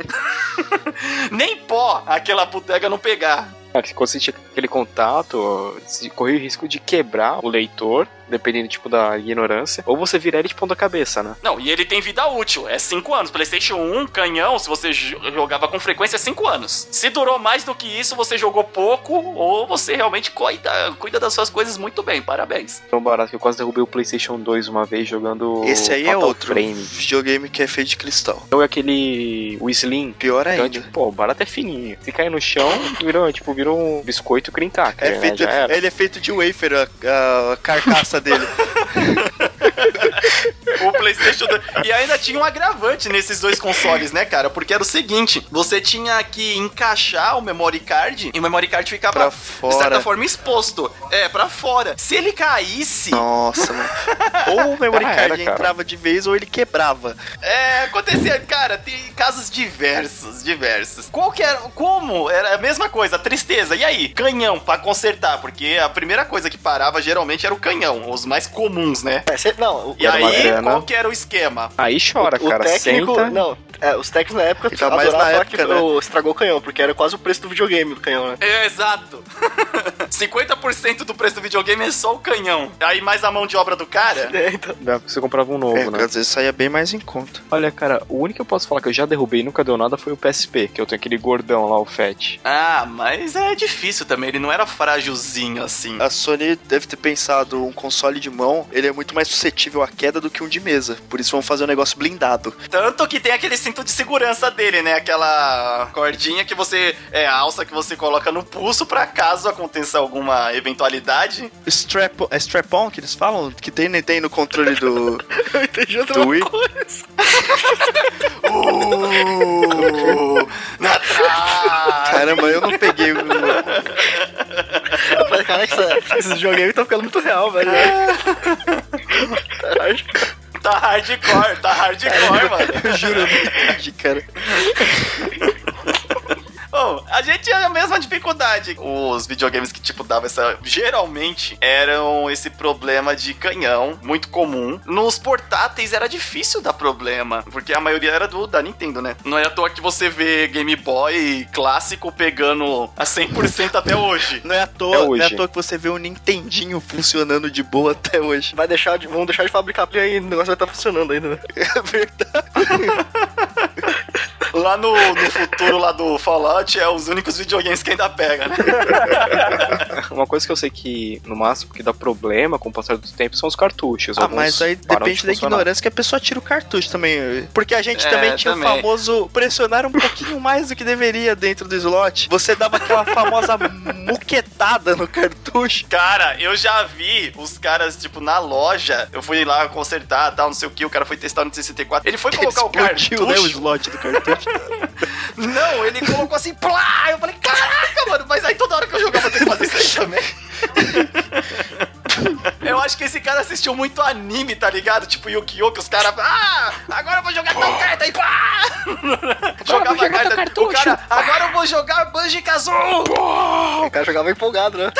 Nem pó aquela bodega não pegar. Cara, quando você tinha aquele contato, você corria o risco de quebrar o leitor, dependendo tipo da ignorância, ou você virar ele de ponta cabeça, né? Não, e ele tem vida útil, é cinco anos. PlayStation um, canhão, se você jo- jogava com frequência, é cinco anos. Se durou mais do que isso, você jogou pouco, ou você realmente cuida, cuida das suas coisas muito bem, parabéns. Tão barato que eu quase derrubei o PlayStation dois uma vez jogando Esse aí é Fatal outro Frame. videogame que é feito de cristal. Então é aquele... o Slim. Pior Então, ainda. tipo, pô, o barato é fininho. Se cair no chão, virou, tipo, virou um biscoito cream cracker, É né? feito, Já era. ele é feito de wafer, a, a carcaça dele. O PlayStation dois. E ainda tinha um agravante nesses dois consoles, né, cara? Porque era o seguinte, você tinha que encaixar o memory card e o memory card ficava, pra fora. de certa forma, exposto. É, pra fora. Se ele caísse... Nossa, mano. Ou o memory Ah, card era, cara. entrava de vez ou ele quebrava. É, acontecia, cara, tem casos diversos, diversos. Qual que era, como? Era a mesma coisa, tristeza. E aí? Canhão pra consertar, porque a primeira coisa que parava geralmente era o canhão, os mais comuns, né? É, cê- não, o, E Era uma aí, grana. qual que era o esquema? Aí chora, o cara. técnico... Senta. Não, é, os técnicos na época Ainda mais adoravam na falar época, que né? o- estragou o canhão, porque era quase o preço do videogame do canhão, né? É, exato. cinquenta por cento do preço do videogame é só o canhão. Aí mais a mão de obra do cara. É, então. Dá pra você comprava um novo, É, né? às vezes saía bem mais em conta. Olha, cara, o único que eu posso falar que eu já derrubei e nunca deu nada foi o P S P, que eu tenho aquele gordão lá, o Fat. Ah, mas é difícil também, ele não era frágilzinho assim. A Sony deve ter pensado, um console de mão, ele é muito mais suscetível à queda do que um de mesa. Por isso vão fazer um negócio blindado. Tanto que tem aquele cinto de segurança dele, né? Aquela cordinha que você... É, a alça que você coloca no pulso pra caso aconteça alguma eventualidade. Strap, é strap-on que eles falam? Que tem, tem no controle do, Eu entendi outra do Wii. coisa. Uh, na trave. Caramba, eu não peguei o... Eu falei, caraca, essa- esses videogames estão ficando muito real, velho. Caralho. Tá hardcore, tá hardcore, mano. Eu juro, eu não entendi, cara. Bom, a gente tinha a mesma dificuldade. Os videogames que, tipo, davam essa... Geralmente, eram esse problema de canhão, muito comum. Nos portáteis era difícil dar problema, porque a maioria era do da Nintendo, né? Não é à toa que você vê Game Boy clássico pegando a cem por cento até hoje. Não é à toa, É não é à hoje. toa que você vê um Nintendinho funcionando de boa até hoje. Vai deixar de, vão deixar de fabricar e aí o negócio vai estar funcionando ainda, né? É verdade. Lá no, no futuro, lá do Fallout, é os únicos videogames que ainda pega, né? Uma coisa que eu sei que, no máximo, que dá problema com o passar do tempo são os cartuchos. Ah, Alguns mas aí param depende de da funcionar. ignorância que a pessoa tira o cartucho também. Porque a gente É, também tinha também. o famoso pressionar um pouquinho mais do que deveria dentro do slot. Você dava aquela famosa muquetada no cartucho. Cara, eu já vi os caras, tipo, na loja. Eu fui lá consertar, tal, não sei o que. O cara foi testar no sessenta e quatro. Ele foi colocar o Explodiu, né, o cartucho. slot do cartucho. Não, ele colocou assim, plá! Eu falei, caraca, mano, mas aí toda hora que eu jogava eu tenho que fazer isso aí também. Eu acho que esse cara assistiu muito anime, tá ligado? Tipo Yu-Gi-Oh! Que os caras, ah, agora eu vou jogar tal carta aí, pá! Jogava a carta, o cara, agora eu vou jogar Banjo-Kazooie! O cara jogava empolgado, né?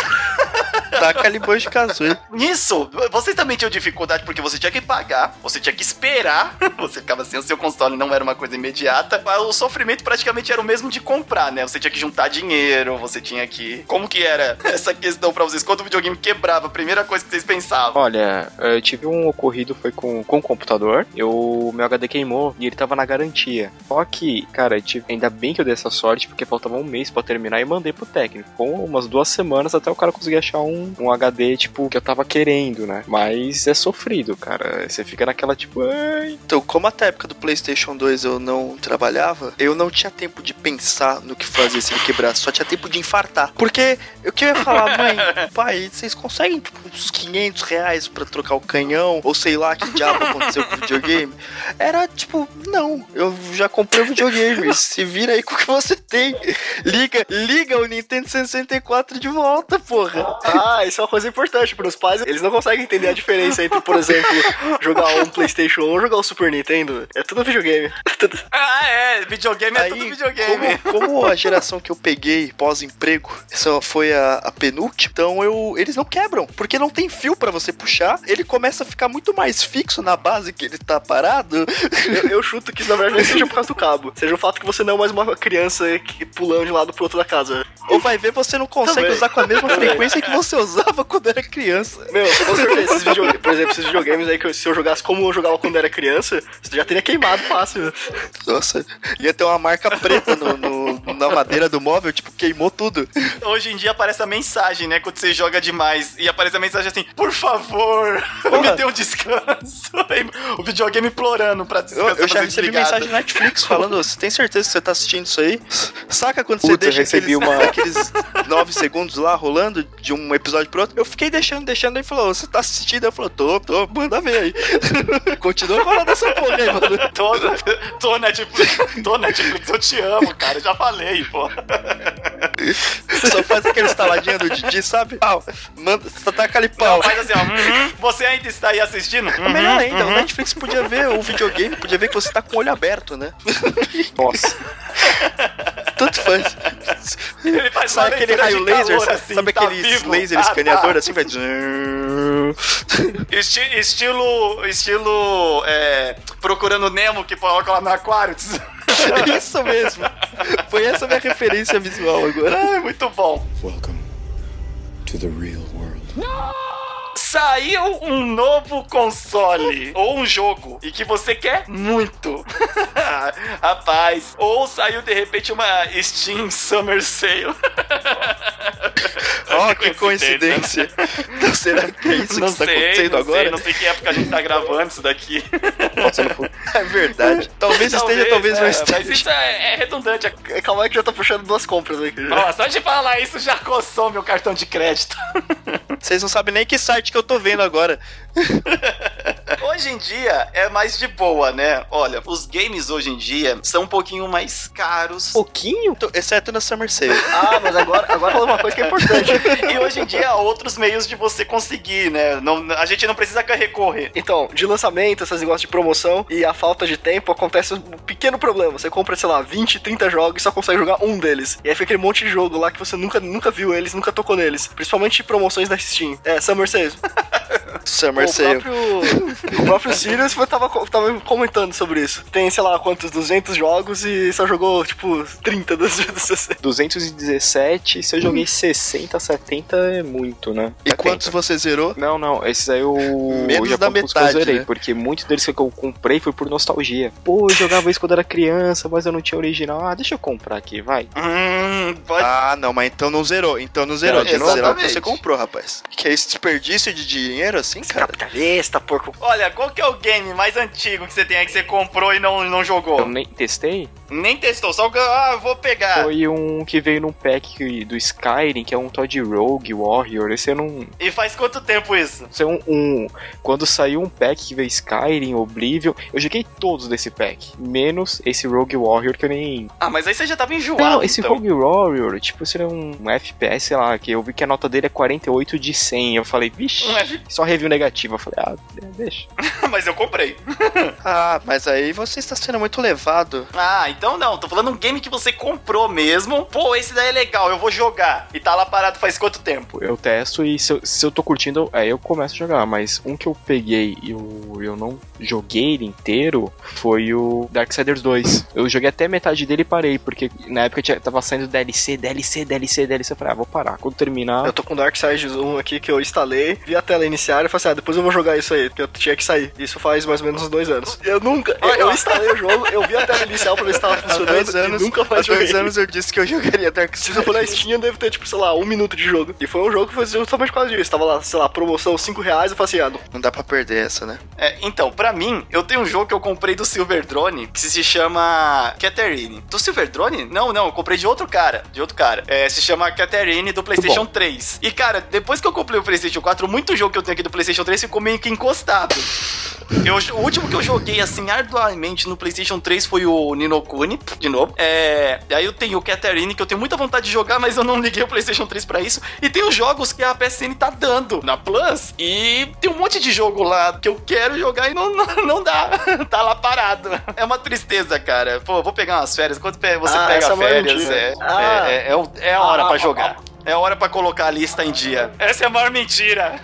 Taca ali Banjo Kazooie. Nisso, vocês também tinham dificuldade porque você tinha que pagar, você tinha que esperar, você ficava sem o seu console, não era uma coisa imediata. O sofrimento praticamente era o mesmo de comprar, né? Você tinha que juntar dinheiro, você tinha que... Como que era essa questão pra vocês? Quando o videogame quebrava, a primeira coisa que vocês pensavam? Olha, eu tive um ocorrido, foi com, com o computador. Eu, meu H D queimou e ele tava na garantia. Só que, cara, eu tive, ainda bem que eu dei essa sorte, porque faltava um mês pra terminar e mandei pro técnico. Com umas duas semanas até o cara conseguir achar um, um H D, tipo, que eu tava querendo, né? Mas é sofrido, cara. Você fica naquela, tipo, ai... Então, como até a época do PlayStation dois eu não trabalhava, eu não tinha tempo de pensar no que fazer se ele quebrasse, só tinha tempo de infartar. Porque eu queria falar, mãe, pai, vocês conseguem tipo, uns quinhentos reais pra trocar o canhão? Ou sei lá que diabo aconteceu com o videogame? Era tipo, não, eu já comprei o videogame, se vira aí com o que você tem. Liga, liga o Nintendo sessenta e quatro de volta, porra. Ah, isso é uma coisa importante para os pais. Eles não conseguem entender a diferença entre, por exemplo, jogar um PlayStation um ou jogar um Super Nintendo. É tudo videogame. Tudo... Ah, é, videogame é Aí, tudo videogame. Como, como a geração que eu peguei pós-emprego, essa foi a, a penúltima, então eu, eles não quebram, porque não tem fio pra você puxar, ele começa a ficar muito mais fixo na base que ele tá parado. Eu, eu chuto que isso na verdade não seja por causa do cabo. Seja o fato que você não é mais uma criança que pulando de um lado pro outro da casa. Ou vai ver, você não consegue Também. usar com a mesma frequência que você usava quando era criança. Meu, com certeza, esses videogames, por exemplo, esses videogames aí que eu- se eu jogasse como eu jogava quando era criança, você já teria queimado fácil. Nossa, ia ter uma marca preta no, no- na madeira do móvel, tipo, queimou tudo. Hoje em dia aparece a mensagem, né? Quando você joga demais. E aparece a mensagem assim, por favor, Porra. me dê um descanso. Aí, o videogame implorando pra Eu, descansar. eu já pra recebi ser desligado. mensagem no Netflix falando, você tem certeza que você tá assistindo isso aí? Saca quando você Putz, eu deixa recebi aqueles, uma- aqueles nove segundos lá rolando de um episódio pro outro. Eu fiquei deixando, deixando, aí falou, você tá assistindo? Eu falei, tô, tô, manda ver aí. Continua falando dessa porra aí, mano. Tô, tô Netflix, tô Netflix, eu te amo, cara, já falei, pô. Você só faz aquele instaladinho do Didi, sabe? Pau, manda, só taca ali pau. Não, faz assim, ó, uhum, você ainda está aí assistindo? Uhum, melhor ainda, uhum. O Netflix podia ver o videogame, podia ver que você tá com o olho aberto, né? Nossa. Tanto faz. Ele faz sabe aquele raio laser, calor, sabe, assim, sabe tá aquele vivo? laser Ah, escaneador tá. assim, vai... Esti estilo, estilo, é, Procurando Nemo, que coloca lá no aquário. Isso mesmo. Foi essa minha referência visual agora. Ai, muito bom. Welcome to the real world. Saiu um novo console ou um jogo e que você quer muito. Rapaz, ou saiu de repente uma Steam Summer Sale. Ó, oh, que coincidência. Não, será que é isso não que está sei, acontecendo não agora? Sei, não sei que época a gente tá gravando isso daqui. É verdade. Talvez, talvez esteja, talvez é, não esteja. Mas isso é, é redundante. Calma aí que eu tô puxando duas compras aqui. Nossa, só de falar isso já coçou meu cartão de crédito. Vocês não sabem nem que site que eu tô vendo agora. Hoje em dia é mais de boa, né? Olha, os games hoje em dia são um pouquinho mais caros. Pouquinho? Exceto na Summer Sale. Ah, mas agora, agora falou uma coisa que é importante. E hoje em dia há outros meios de você conseguir, né? Não, a gente não precisa recorrer. Então, de lançamento, essas negócios de promoção e a falta de tempo, acontece um pequeno problema. Você compra, sei lá, vinte, trinta jogos e só consegue jogar um deles. E aí fica aquele monte de jogo lá que você nunca, nunca viu eles, nunca tocou neles. Principalmente promoções da Steam. É, Summer Sale. Summer o Sale. Próprio, o próprio Sirius tava, tava comentando sobre isso. Tem, sei lá, quantos, duzentos jogos e só jogou, tipo, trinta dos sessenta. duzentos e dezessete, se eu joguei sessenta, setenta é muito, né? E setenta. quantos você zerou? Não, não, esses aí eu... Menos eu já da poucos metade, que eu zerei, né? porque muitos deles que eu comprei foi por nostalgia. Pô, eu jogava isso quando era criança, mas eu não tinha original. Ah, deixa eu comprar aqui, vai. Hum, pode... Ah, não, mas então não zerou. Então não zerou. Não, De não zerar o que exatamente. você comprou, rapaz. Que é esse desperdício de dinheiro assim, cara? Capitalista, porco. Olha, qual que é o game mais antigo que você tem aí que você comprou e não, não jogou? Eu nem testei. Nem testou, só que, ah, vou pegar. Foi um que veio num pack do Skyrim, que é um tal de Rogue Warrior. Esse eu não... E faz quanto tempo isso? Esse é um, um... Quando saiu um pack que veio Skyrim, Oblivion, eu joguei todos desse pack. Menos esse Rogue Warrior que eu nem... Ah, mas aí você já tava enjoado, Não, esse então. Rogue Warrior, tipo, seria um, um F P S, sei lá, que eu vi que a nota dele é quarenta e oito de cem. Eu falei, vixe, Um F- só review negativo. Eu falei, ah, deixa. Mas eu comprei. Ah, mas aí você está sendo muito levado. Ah, então não, tô falando um game que você comprou mesmo. Pô, esse daí é legal, eu vou jogar. E tá lá parado faz quanto tempo? Eu testo e se eu, se eu tô curtindo, aí eu começo a jogar. Mas um que eu peguei e eu, eu não joguei ele inteiro foi o Darksiders dois. Eu joguei até metade dele e parei, porque na época tinha, tava saindo D L C, D L C, D L C, D L C. Eu falei, ah, vou parar. Quando terminar... Eu tô com Darksiders um aqui que eu instalei, vi a tela iniciar e falei assim, ah, depois eu vou jogar isso aí, porque eu tinha que sair. Isso faz mais ou menos uns dois anos. Eu nunca... Eu, eu instalei o jogo, eu vi a tela inicial pra ver se tava Há funcionando dois anos, e nunca há mais joguei. dois anos eu disse que eu jogaria Dark Se eu for na Steam, deve ter, tipo, sei lá, um minuto de jogo. E foi um jogo que foi justamente por causa disso. Tava lá, sei lá, promoção cinco reais, eu falei assim, ah, não. Não dá pra perder essa, né? É, então, pra mim, eu tenho um jogo que eu comprei do Silver Drone, que se chama Catherine. Do Silver Drone? Não, não, eu comprei de outro cara, de outro cara. É, se chama Catherine do PlayStation três. E, cara, depois que eu comprei o PlayStation quatro, muito jogo que eu tenho aqui do PlayStation três ficou meio que encostado. Eu, o último que eu joguei, assim, arduamente no PlayStation três foi o Ni no Kuni, de novo. É, aí eu tenho o Catherine, que eu tenho muita vontade de jogar, mas eu não liguei o PlayStation três pra isso. E tem os jogos que a P S N tá dando na Plus. E tem um monte de jogo lá que eu quero jogar e não, não, não dá. Tá lá parado. É uma tristeza, cara. Pô, vou pegar umas férias. Quando você Ah, essa pega é uma férias, mentira. é, Ah. é, é, é, o- é a hora Ah, pra ah, jogar. É a hora pra colocar a lista em dia. Essa é a maior mentira.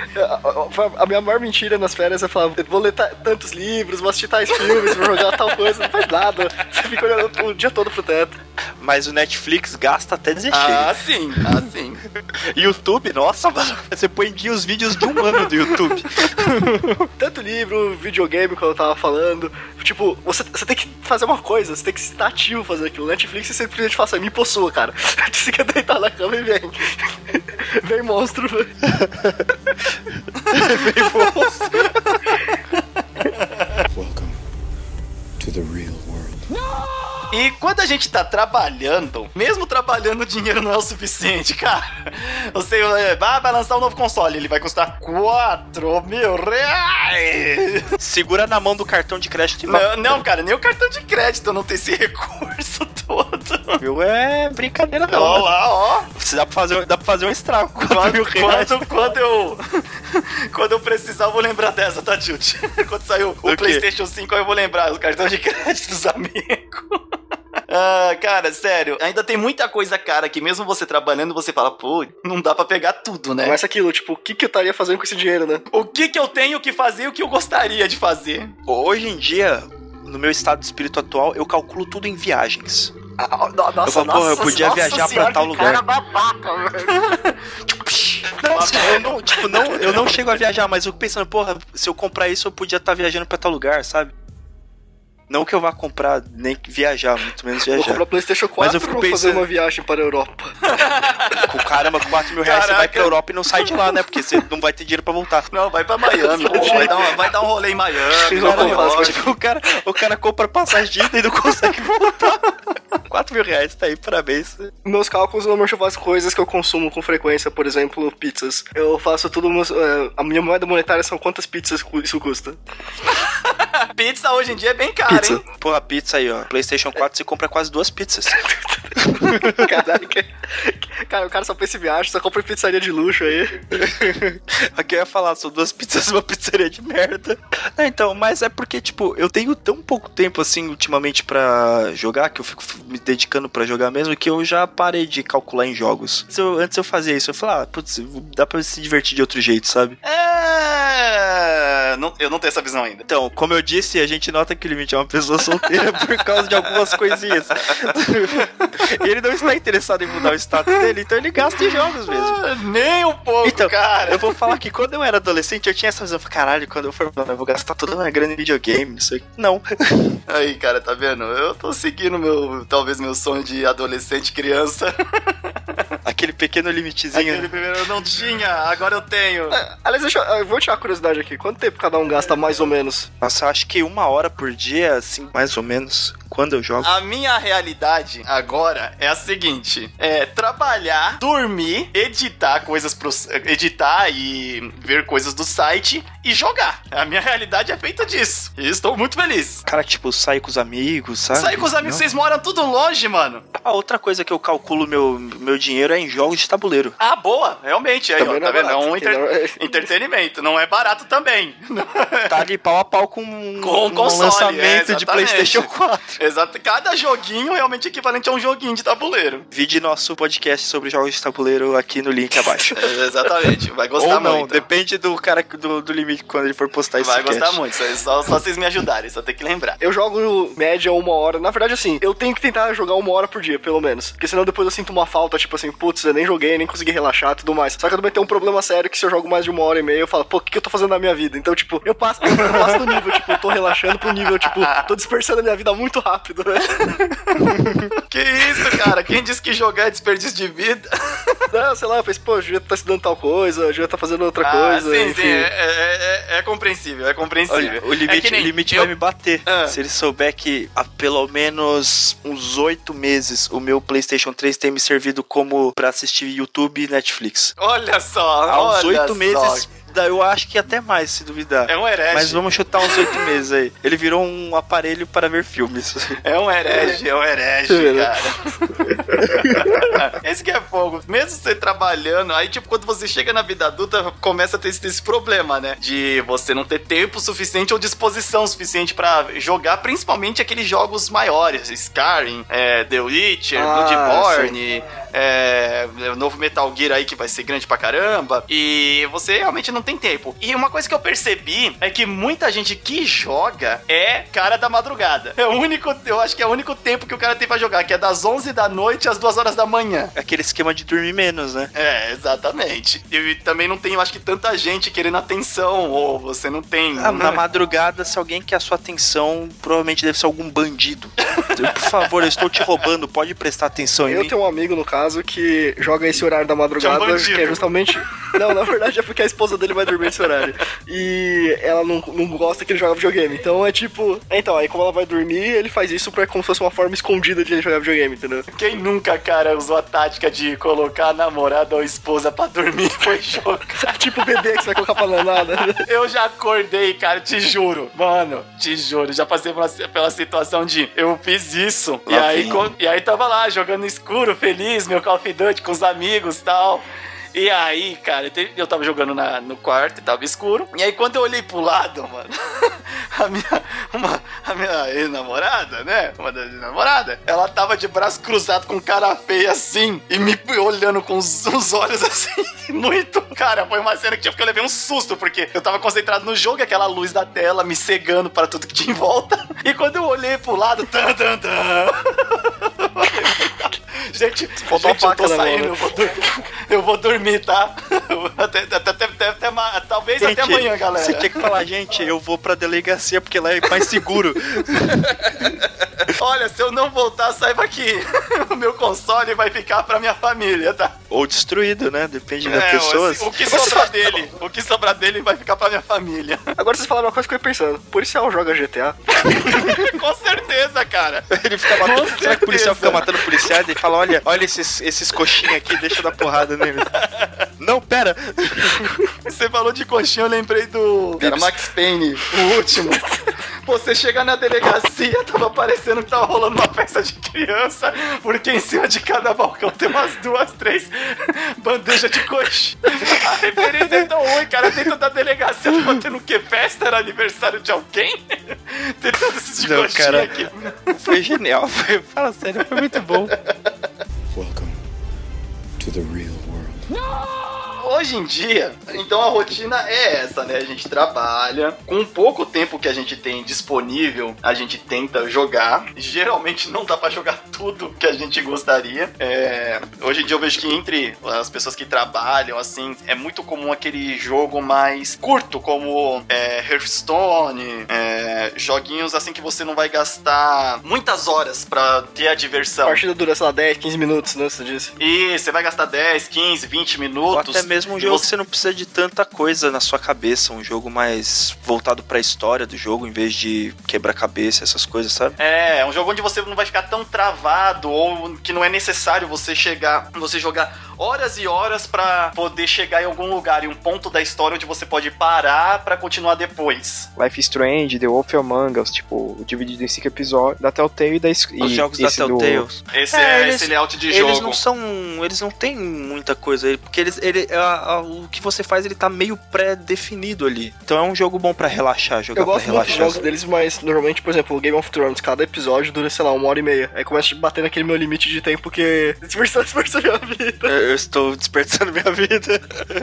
A minha maior mentira nas férias é falar, vou ler ta- tantos livros, vou assistir tais filmes, vou jogar tal coisa, não faz nada. Você fica olhando o dia todo pro teto. Mas o Netflix gasta até dizer Ah, sim. Ah, sim. YouTube, nossa, mano. Você põe em dia os vídeos de um ano do YouTube. Tanto livro, videogame, como eu tava falando. Tipo, você, você tem que fazer uma coisa, você tem que estar ativo fazer aquilo. Netflix você simplesmente fala assim, me possua, cara. Você quer deitar na cama e vem. Vem monstro. Vem monstro. Welcome to the real world. E E quando a gente tá trabalhando, mesmo trabalhando, o dinheiro não é o suficiente, cara. Você vai, vai lançar um novo console, ele vai custar quatro mil reais. Segura na mão do cartão de crédito e vai. Não, não, cara, nem o cartão de crédito não tem esse recurso todo. Meu, é brincadeira não. Ó né? lá, ó. Você dá pra fazer, dá pra fazer um estrago com quatro mil reais. Quando, quando eu quando eu precisar, eu vou lembrar dessa, tá, Tilt? Quando saiu o, O PlayStation cinco, eu vou lembrar o cartão de crédito dos amigos. Ah, cara, sério, ainda tem muita coisa, cara, que mesmo você trabalhando, você fala, pô, não dá pra pegar tudo, né? Mas aquilo, tipo, o que, que eu estaria fazendo com esse dinheiro, né? O que que eu tenho que fazer e o que eu gostaria de fazer? Hoje em dia, no meu estado de espírito atual, eu calculo tudo em viagens. Ah, nossa, eu falo, porra, eu podia nossa viajar senhora, pra tal que lugar. Cara babaca, velho. Não, assim, eu não, tipo, não, eu não chego a viajar, mas eu fico pensando, porra, se eu comprar isso, eu podia estar viajando pra tal lugar, sabe? Não que eu vá comprar, nem viajar, muito menos viajar. Vou comprar o PlayStation quatro Mas eu e fico vou pensando- fazer uma viagem para a Europa. Com caramba, com quatro mil reais você vai Caraca. pra Europa e não sai de lá, né? Porque você não vai ter dinheiro pra voltar. Não, vai pra Miami, pô. Vai dar, uma, vai dar um rolê em Miami. Caramba, Nova York. tipo, o, cara, o cara compra passagem de ida e não consegue voltar. quatro mil reais, tá aí, parabéns. Meus cálculos normalmente eu faço coisas que eu consumo com frequência, por exemplo, pizzas. Eu faço tudo, meus, é, a minha moeda monetária são quantas pizzas cu- isso custa. Pizza hoje em dia é bem cara, Pizza. hein? Porra, pizza aí, ó. PlayStation quatro você compra quase duas pizzas. Caralho, que- cara, o cara só pensa em viagem, só compra em pizzaria de luxo aí. Aqui eu ia falar, são duas pizzas numa pizzaria de merda. É, então, mas é porque, tipo, eu tenho tão pouco tempo, assim, ultimamente pra jogar, que eu fico me dedicando pra jogar mesmo, que eu já parei de calcular em jogos. Se eu- antes eu fazia isso, eu falava, ah, putz, dá pra se divertir de outro jeito, sabe? É... Não, eu não tenho essa visão ainda. Então, como eu disse, a gente nota que o Limite é uma pessoa solteira por causa de algumas coisinhas. E ele não está interessado em mudar o status dele, então ele gasta em jogos mesmo. Ah, nem um pouco, Então, cara. eu vou falar que quando eu era adolescente, eu tinha essa visão, caralho, quando eu for, mano, eu vou gastar toda a minha grana em videogame, não sei. Não. Aí, cara, tá vendo? Eu tô seguindo meu, talvez meu sonho de adolescente, criança. Aquele pequeno limitezinho. Aquele primeiro eu não tinha, agora eu tenho. É, aliás, deixa eu, eu vou tirar a curiosidade aqui. Quanto tempo cada um gasta mais ou menos? Nossa, eu acho que uma hora por dia, assim, mais ou menos, quando eu jogo. A minha realidade agora é a seguinte: é trabalhar, dormir, editar coisas pro editar e ver coisas do site e jogar. A minha realidade é feita disso. E estou muito feliz. Cara, tipo, sair com os amigos, sabe? Sair com os amigos, Não. vocês moram tudo longe, mano. A outra coisa que eu calculo meu, meu dinheiro é em jogos de tabuleiro. Ah, boa, realmente. Aí, ó, Também não tá é vendo? É barato, um porque inter- não é- entretenimento. Não é barato também. Tá ali pau a pau com, um- Com um console, lançamento é, de exatamente. PlayStation quatro. Exato. Cada joguinho realmente é equivalente a um joguinho de tabuleiro. Vide nosso podcast sobre jogos de tabuleiro aqui no link abaixo. É, exatamente. Vai gostar Ou não, muito. depende do cara do, do limite quando ele for postar isso. Vai gostar muito. Só, só, só vocês me ajudarem. Só tem que lembrar. Eu jogo média uma hora. Na verdade, assim, eu tenho que tentar jogar uma hora por dia, pelo menos. Porque senão depois eu sinto uma falta, tipo assim, putz, eu nem joguei, nem consegui relaxar e tudo mais. Só que eu também tenho um problema sério que se eu jogo mais de uma hora e meia, eu falo, pô, o que, que eu tô fazendo na minha vida? Então, tipo, eu passo, eu passo do nível, tipo, eu tô relaxando pro nível, tipo, tô dispersando a minha vida muito rápido, né? Que isso, cara? Quem disse que jogar é desperdício de vida? Não, sei lá, eu penso, pô, eu devia estar estudando tal coisa, eu devia estar fazendo outra Ah, coisa, sim, enfim. sim. É, é- é- é compreensível, é compreensível. Olha, o limite, É que nem o limite eu- vai me bater. Ah. Se ele souber que há pelo menos uns oito meses o meu PlayStation três tem me servido como pra assistir YouTube e Netflix. Olha só, Há uns olha oito só. meses, da- eu acho que até mais, se duvidar. É um herege. Mas vamos chutar uns oito meses aí. Ele virou um aparelho para ver filmes. É um herege, é um herege, cara. Esse que é fogo. Mesmo você trabalhando, aí tipo, quando você chega na vida adulta, começa a ter esse, esse problema, né? De você não ter tempo suficiente ou disposição suficiente pra jogar, principalmente aqueles jogos maiores. Skyrim, é, The Witcher, Ah, Bloodborne, é, o novo Metal Gear aí que vai ser grande pra caramba. E você realmente não tem tempo. E uma coisa que eu percebi é que muita gente que joga é cara da madrugada. É o único, eu acho que é o único tempo que o cara tem pra jogar, que é das onze da noite às duas horas da manhã. Aquele esquema de dormir menos, né? É, exatamente. E também não tem, eu acho que tanta gente querendo atenção, ou você não tem... Ah, na madrugada, se alguém quer a sua atenção, provavelmente deve ser algum bandido. Por favor, eu estou te roubando, pode prestar atenção em Eu mim. tenho um amigo, no caso, caso, que joga esse horário da madrugada, um que é justamente... Não, na verdade é porque a esposa dele vai dormir nesse horário. E ela não, não gosta que ele joga videogame. Então é tipo... Então, aí como ela vai dormir, ele faz isso pra como se fosse uma forma escondida de ele jogar videogame, entendeu? Quem nunca, cara, usou a tática de colocar a namorada ou a esposa pra dormir e foi jogar? Tipo o bebê que você vai colocar pra nanada. Eu já acordei, cara, te juro. Mano, te juro. Já passei pela, pela situação de eu fiz isso. E aí, com, e aí tava lá, jogando no escuro, feliz, meu Call of Duty com os amigos e tal. E aí, cara, eu tava jogando na, no quarto e tava escuro. E aí, quando eu olhei pro lado, mano, a minha, uma, a minha ex-namorada, né? Uma das namoradas, ela tava de braço cruzado com cara feia assim, e me olhando com os, os olhos assim, muito. Cara, foi uma cena que, tipo, que eu levei um susto, porque eu tava concentrado no jogo, aquela luz da tela me cegando para tudo que tinha em volta. E quando eu olhei pro lado, tan, tan, tan. Gente, Faltou gente, eu tô faca, saindo, né, eu vou, dur- eu vou dormir, tá? Até, até, até, até, até ma- talvez Gente, até amanhã, galera. Você tinha que falar, gente, eu vou pra delegacia porque lá é mais seguro. Olha, se eu não voltar, saiba que o meu console vai ficar pra minha família, tá? Ou destruído, né? Depende das É, pessoas. o, o que sobrar dele, o que sobrar dele vai ficar pra minha família. Agora vocês falaram uma coisa que eu fiquei pensando. Policial joga G T A? Com certeza, cara. Ele fica matando. Com Será que o policial certeza. fica matando policiais e fala: olha, olha esses, esses coxinhas aqui, deixa eu dar porrada nele. Não, pera. Você falou de coxinha, eu lembrei do... Era Max Payne, o último. Pô, você chega na delegacia, tava parecendo que tava rolando uma festa de criança, porque em cima de cada balcão tem umas duas, três bandejas de coxinha. A referência é tão ruim, cara. Dentro da delegacia, tava tendo o quê? Festa? Era aniversário de alguém? Tem todos esses de Não, coxinha cara. aqui. Foi genial. Foi, fala sério, foi muito bom. Welcome to the real world. Hoje em dia, então a rotina é essa, né? A gente trabalha, com pouco tempo que a gente tem disponível, a gente tenta jogar. Geralmente não dá pra jogar tudo que a gente gostaria. É, hoje em dia eu vejo que entre as pessoas que trabalham, assim, é muito comum aquele jogo mais curto, como é, Hearthstone, é, joguinhos assim que você não vai gastar muitas horas pra ter a A diversão. partida dura, sei lá, dez, quinze minutos, né? Você disse. E você vai gastar dez, quinze, vinte Ou minutos. até mesmo um e jogo você- que você não precisa de tanta coisa na sua cabeça. Um jogo mais voltado pra história do jogo, em vez de quebra-cabeça, essas coisas, sabe? É, é um jogo onde você não vai ficar tão travado ou que não é necessário você chegar, você jogar horas e horas pra poder chegar em algum lugar, em um ponto da história onde você pode parar pra continuar depois. Life is Strange, The Wolf Among Us, tipo, dividido em cinco episódios, da Telltale e da... Os e jogos da esse do- Telltale. Esse É, é, eles- esse layout de Eles jogo. não são. Eles não têm muita coisa aí, porque eles, ele, a- a- o que você faz ele tá meio pré-definido ali. Então é um jogo bom pra relaxar, jogar Eu pra gosto muito dos relaxar. jogos deles, mas normalmente, por exemplo, o Game of Thrones, cada episódio dura, sei lá, uma hora e meia. Aí começa a bater naquele meu limite de tempo que desperdiçou, desperdiçou minha vida. Eu eu estou desperdiçando minha vida.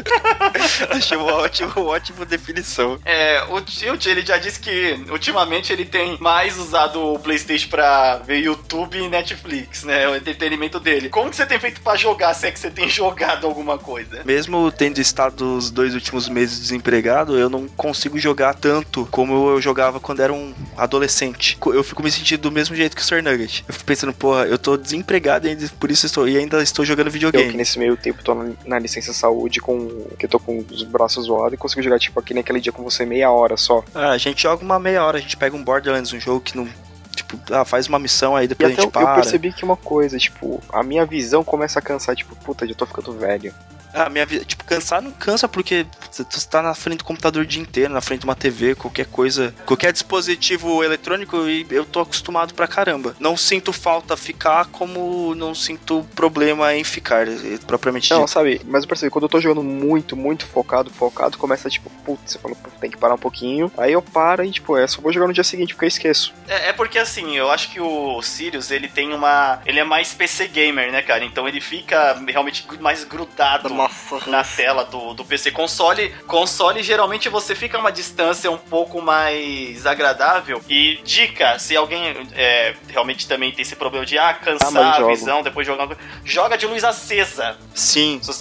Achei uma ótima, uma ótima definição. É, o Tilt, ele já disse que ultimamente ele tem mais usado o PlayStation pra ver YouTube e Netflix, né? O entretenimento dele. Como que você tem feito pra jogar, se é que você tem jogado alguma coisa? Mesmo tendo estado os dois últimos meses desempregado, eu não consigo jogar tanto como eu jogava quando era um adolescente. Eu fico me sentindo do mesmo jeito que o Sr. Nugget. Eu fico pensando, porra, eu tô desempregado ainda, por isso estou, e ainda estou jogando Eu que videogame. nesse meio tempo tô na, na licença saúde, com que eu tô com os braços zoados e consigo jogar, tipo, aqui naquele dia com você meia hora só. Ah, a gente joga uma meia hora, a gente pega um Borderlands, um jogo que não... Tipo, ah, faz uma missão aí, E depois até a eu, gente eu para. percebi que uma coisa, tipo, a minha visão começa a cansar, tipo, puta, já tô ficando velho. Ah, minha vida, tipo, cansar não cansa porque você tá na frente do computador o dia inteiro, na frente de uma T V, qualquer coisa, qualquer dispositivo eletrônico, e eu tô acostumado pra caramba. Não sinto falta ficar como não sinto problema em ficar, propriamente Não, dito. sabe, mas eu percebi, quando eu tô jogando muito, muito focado, focado, começa, tipo, putz, você falou, tem que parar um pouquinho. Aí eu paro e, tipo, é, só vou jogar no dia seguinte, porque eu esqueço. É, é porque assim, eu acho que o Sirius, ele tem uma... Ele é mais P C gamer, né, cara? Então ele fica realmente mais grudado Nossa. na tela do, do P C. Console, console, geralmente você fica a uma distância um pouco mais agradável. E dica, se alguém é, realmente também tem esse problema de ah, Ah, mas cansar a jogo. visão, depois de jogar... Joga de luz acesa. Sim, Se você...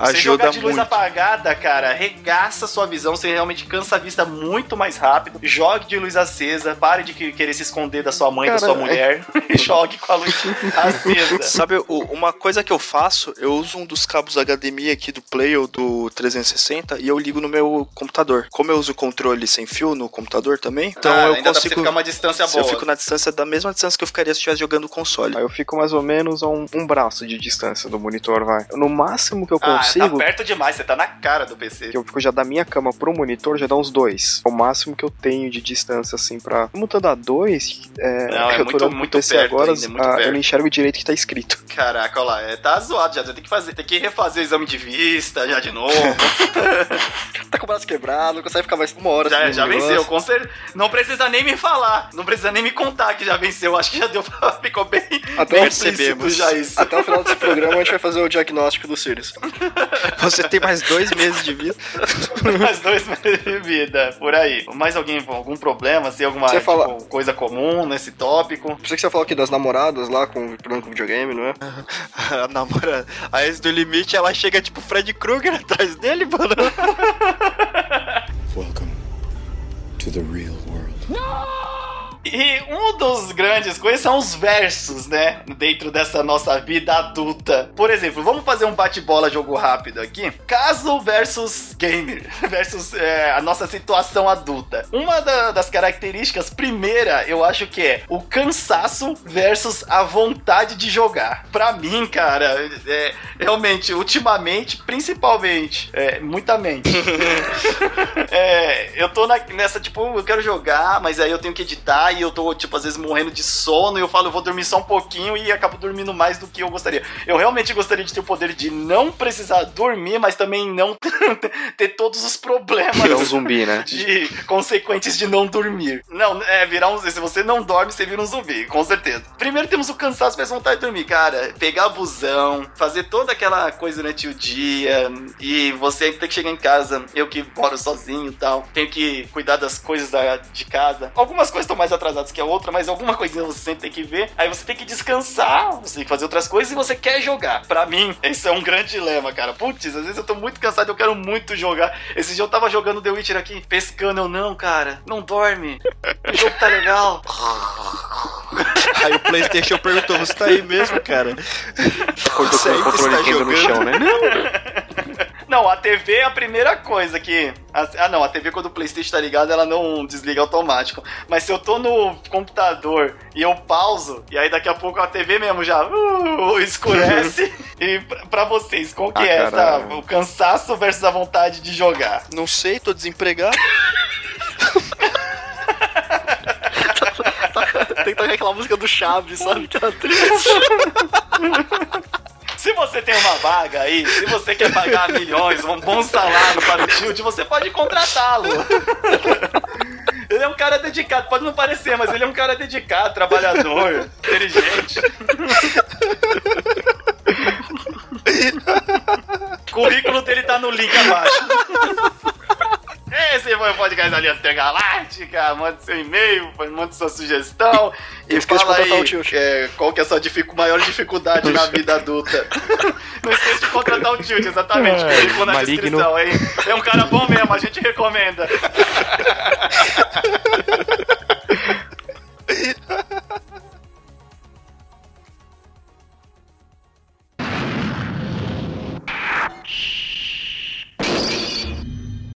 Você jogar de luz muito. apagada, cara, regaça sua visão, você realmente cansa a vista muito mais rápido. Jogue de luz acesa, pare de querer se esconder da sua mãe, Cara, da sua mulher, e jogue com a luz acesa. Sabe, o- uma coisa que eu faço, eu uso um dos cabos H D M I aqui do Play ou do trezentos e sessenta e eu ligo no meu computador. Como eu uso o controle sem fio no computador também, então Ah, eu ainda dá pra consigo... você ficar uma distância se boa. eu fico na distância da mesma distância que eu ficaria se estivesse jogando o console. Aí eu fico mais ou menos a um, um braço de distância do monitor, vai. No máximo que eu Ah, consigo, tá perto demais, você tá na cara do P C. que eu fico já da minha cama pro monitor, já dá uns dois. É o máximo que eu tenho de distância, assim, pra... Como tá dá dois, é... Não, é eu tô muito- olhando pro muito P C perto agora, ainda, é muito ah, perto. eu não enxergo direito o que tá escrito. Caraca, olha lá, é, tá zoado já, tem que fazer, tem que refazer o exame de vista já de novo. Tá com o braço quebrado, não consegue ficar mais uma hora. já assim, já no negócio. venceu, com certeza. Não precisa nem me falar, não precisa nem me contar que já venceu, acho que já deu pra... ficou bem, Até bem percebemos. explícito já isso. Até o final desse programa a gente vai fazer o diagnóstico do Sirius. Você tem mais dois meses de vida. Mais dois meses de vida, por aí. Mais alguém com algum problema, assim, alguma Você tipo, fala- coisa comum nesse tópico? Pensei que você falou aqui das namoradas lá com problema com videogame, não é? A namora... A ex do limite, ela chega tipo Fred Krueger atrás dele, mano. Welcome to the real world. E um dos grandes coisas são os versos, né? Dentro dessa nossa vida adulta. Por exemplo, vamos fazer um bate-bola jogo rápido aqui. Caso versus gamer, versus é, a nossa situação adulta. Uma da- das características, primeira, eu acho que é o cansaço versus a vontade de jogar. Pra mim, cara, é, realmente, ultimamente, principalmente, é, muita mente. É, eu tô na- nessa, tipo, eu quero jogar, mas aí eu tenho que editar e eu tô, tipo, às vezes morrendo de sono e eu falo, eu vou dormir só um pouquinho e acabo dormindo mais do que eu gostaria. Eu realmente gostaria de ter o poder de não precisar dormir, mas também não ter todos os problemas Virar um zumbi, né? de consequentes de não dormir. Não, é virar um... Se você não dorme, você vira um zumbi, com certeza. Primeiro temos o cansaço, mas vontade de dormir. Cara, pegar busão, fazer toda aquela coisa durante o dia e você tem que chegar em casa, eu que moro sozinho e tal, tenho que cuidar das coisas da, de casa. Algumas coisas estão mais atrasadas que a outra, mas alguma coisinha você sempre tem que ver. Aí você tem que descansar, você tem que fazer outras coisas e você quer jogar. Pra mim, esse é um grande dilema, cara. Putz, às vezes eu tô muito cansado, eu quero muito jogar. Esse dia eu tava jogando The Witcher aqui, pescando, eu não, cara, não dorme. O jogo tá legal. Aí o PlayStation perguntou, você tá aí mesmo, cara? Acordou Você com o ainda controle está caindo no jogando? chão, né? Não, Não, a T V é a primeira coisa que... Ah, não, a T V quando o PlayStation tá ligado, ela não desliga automático. Mas se eu tô no computador e eu pauso, e aí daqui a pouco a T V mesmo já uh, escurece. E pra, pra vocês, qual que Ah, é essa, caralho. o cansaço versus a vontade de jogar? Não sei, tô desempregado. Tem que tocar aquela música do Chaves, sabe? Que tá triste. Se você tem uma vaga aí, se você quer pagar milhões, um bom salário para o Tilt, você pode contratá-lo. Ele é um cara dedicado, pode não parecer, mas ele é um cara dedicado, trabalhador, inteligente. O currículo dele tá no link abaixo. Esse foi o podcast Aliança Intergaláctica. Mande seu e-mail, mande sua sugestão e esqueça de fala contratar aí o Tilt. é, qual que é a sua dificu- maior dificuldade na vida adulta. Não esqueça de contratar o Tilt, exatamente. É, Ficou na maligno. descrição aí. É um cara bom mesmo, a gente recomenda.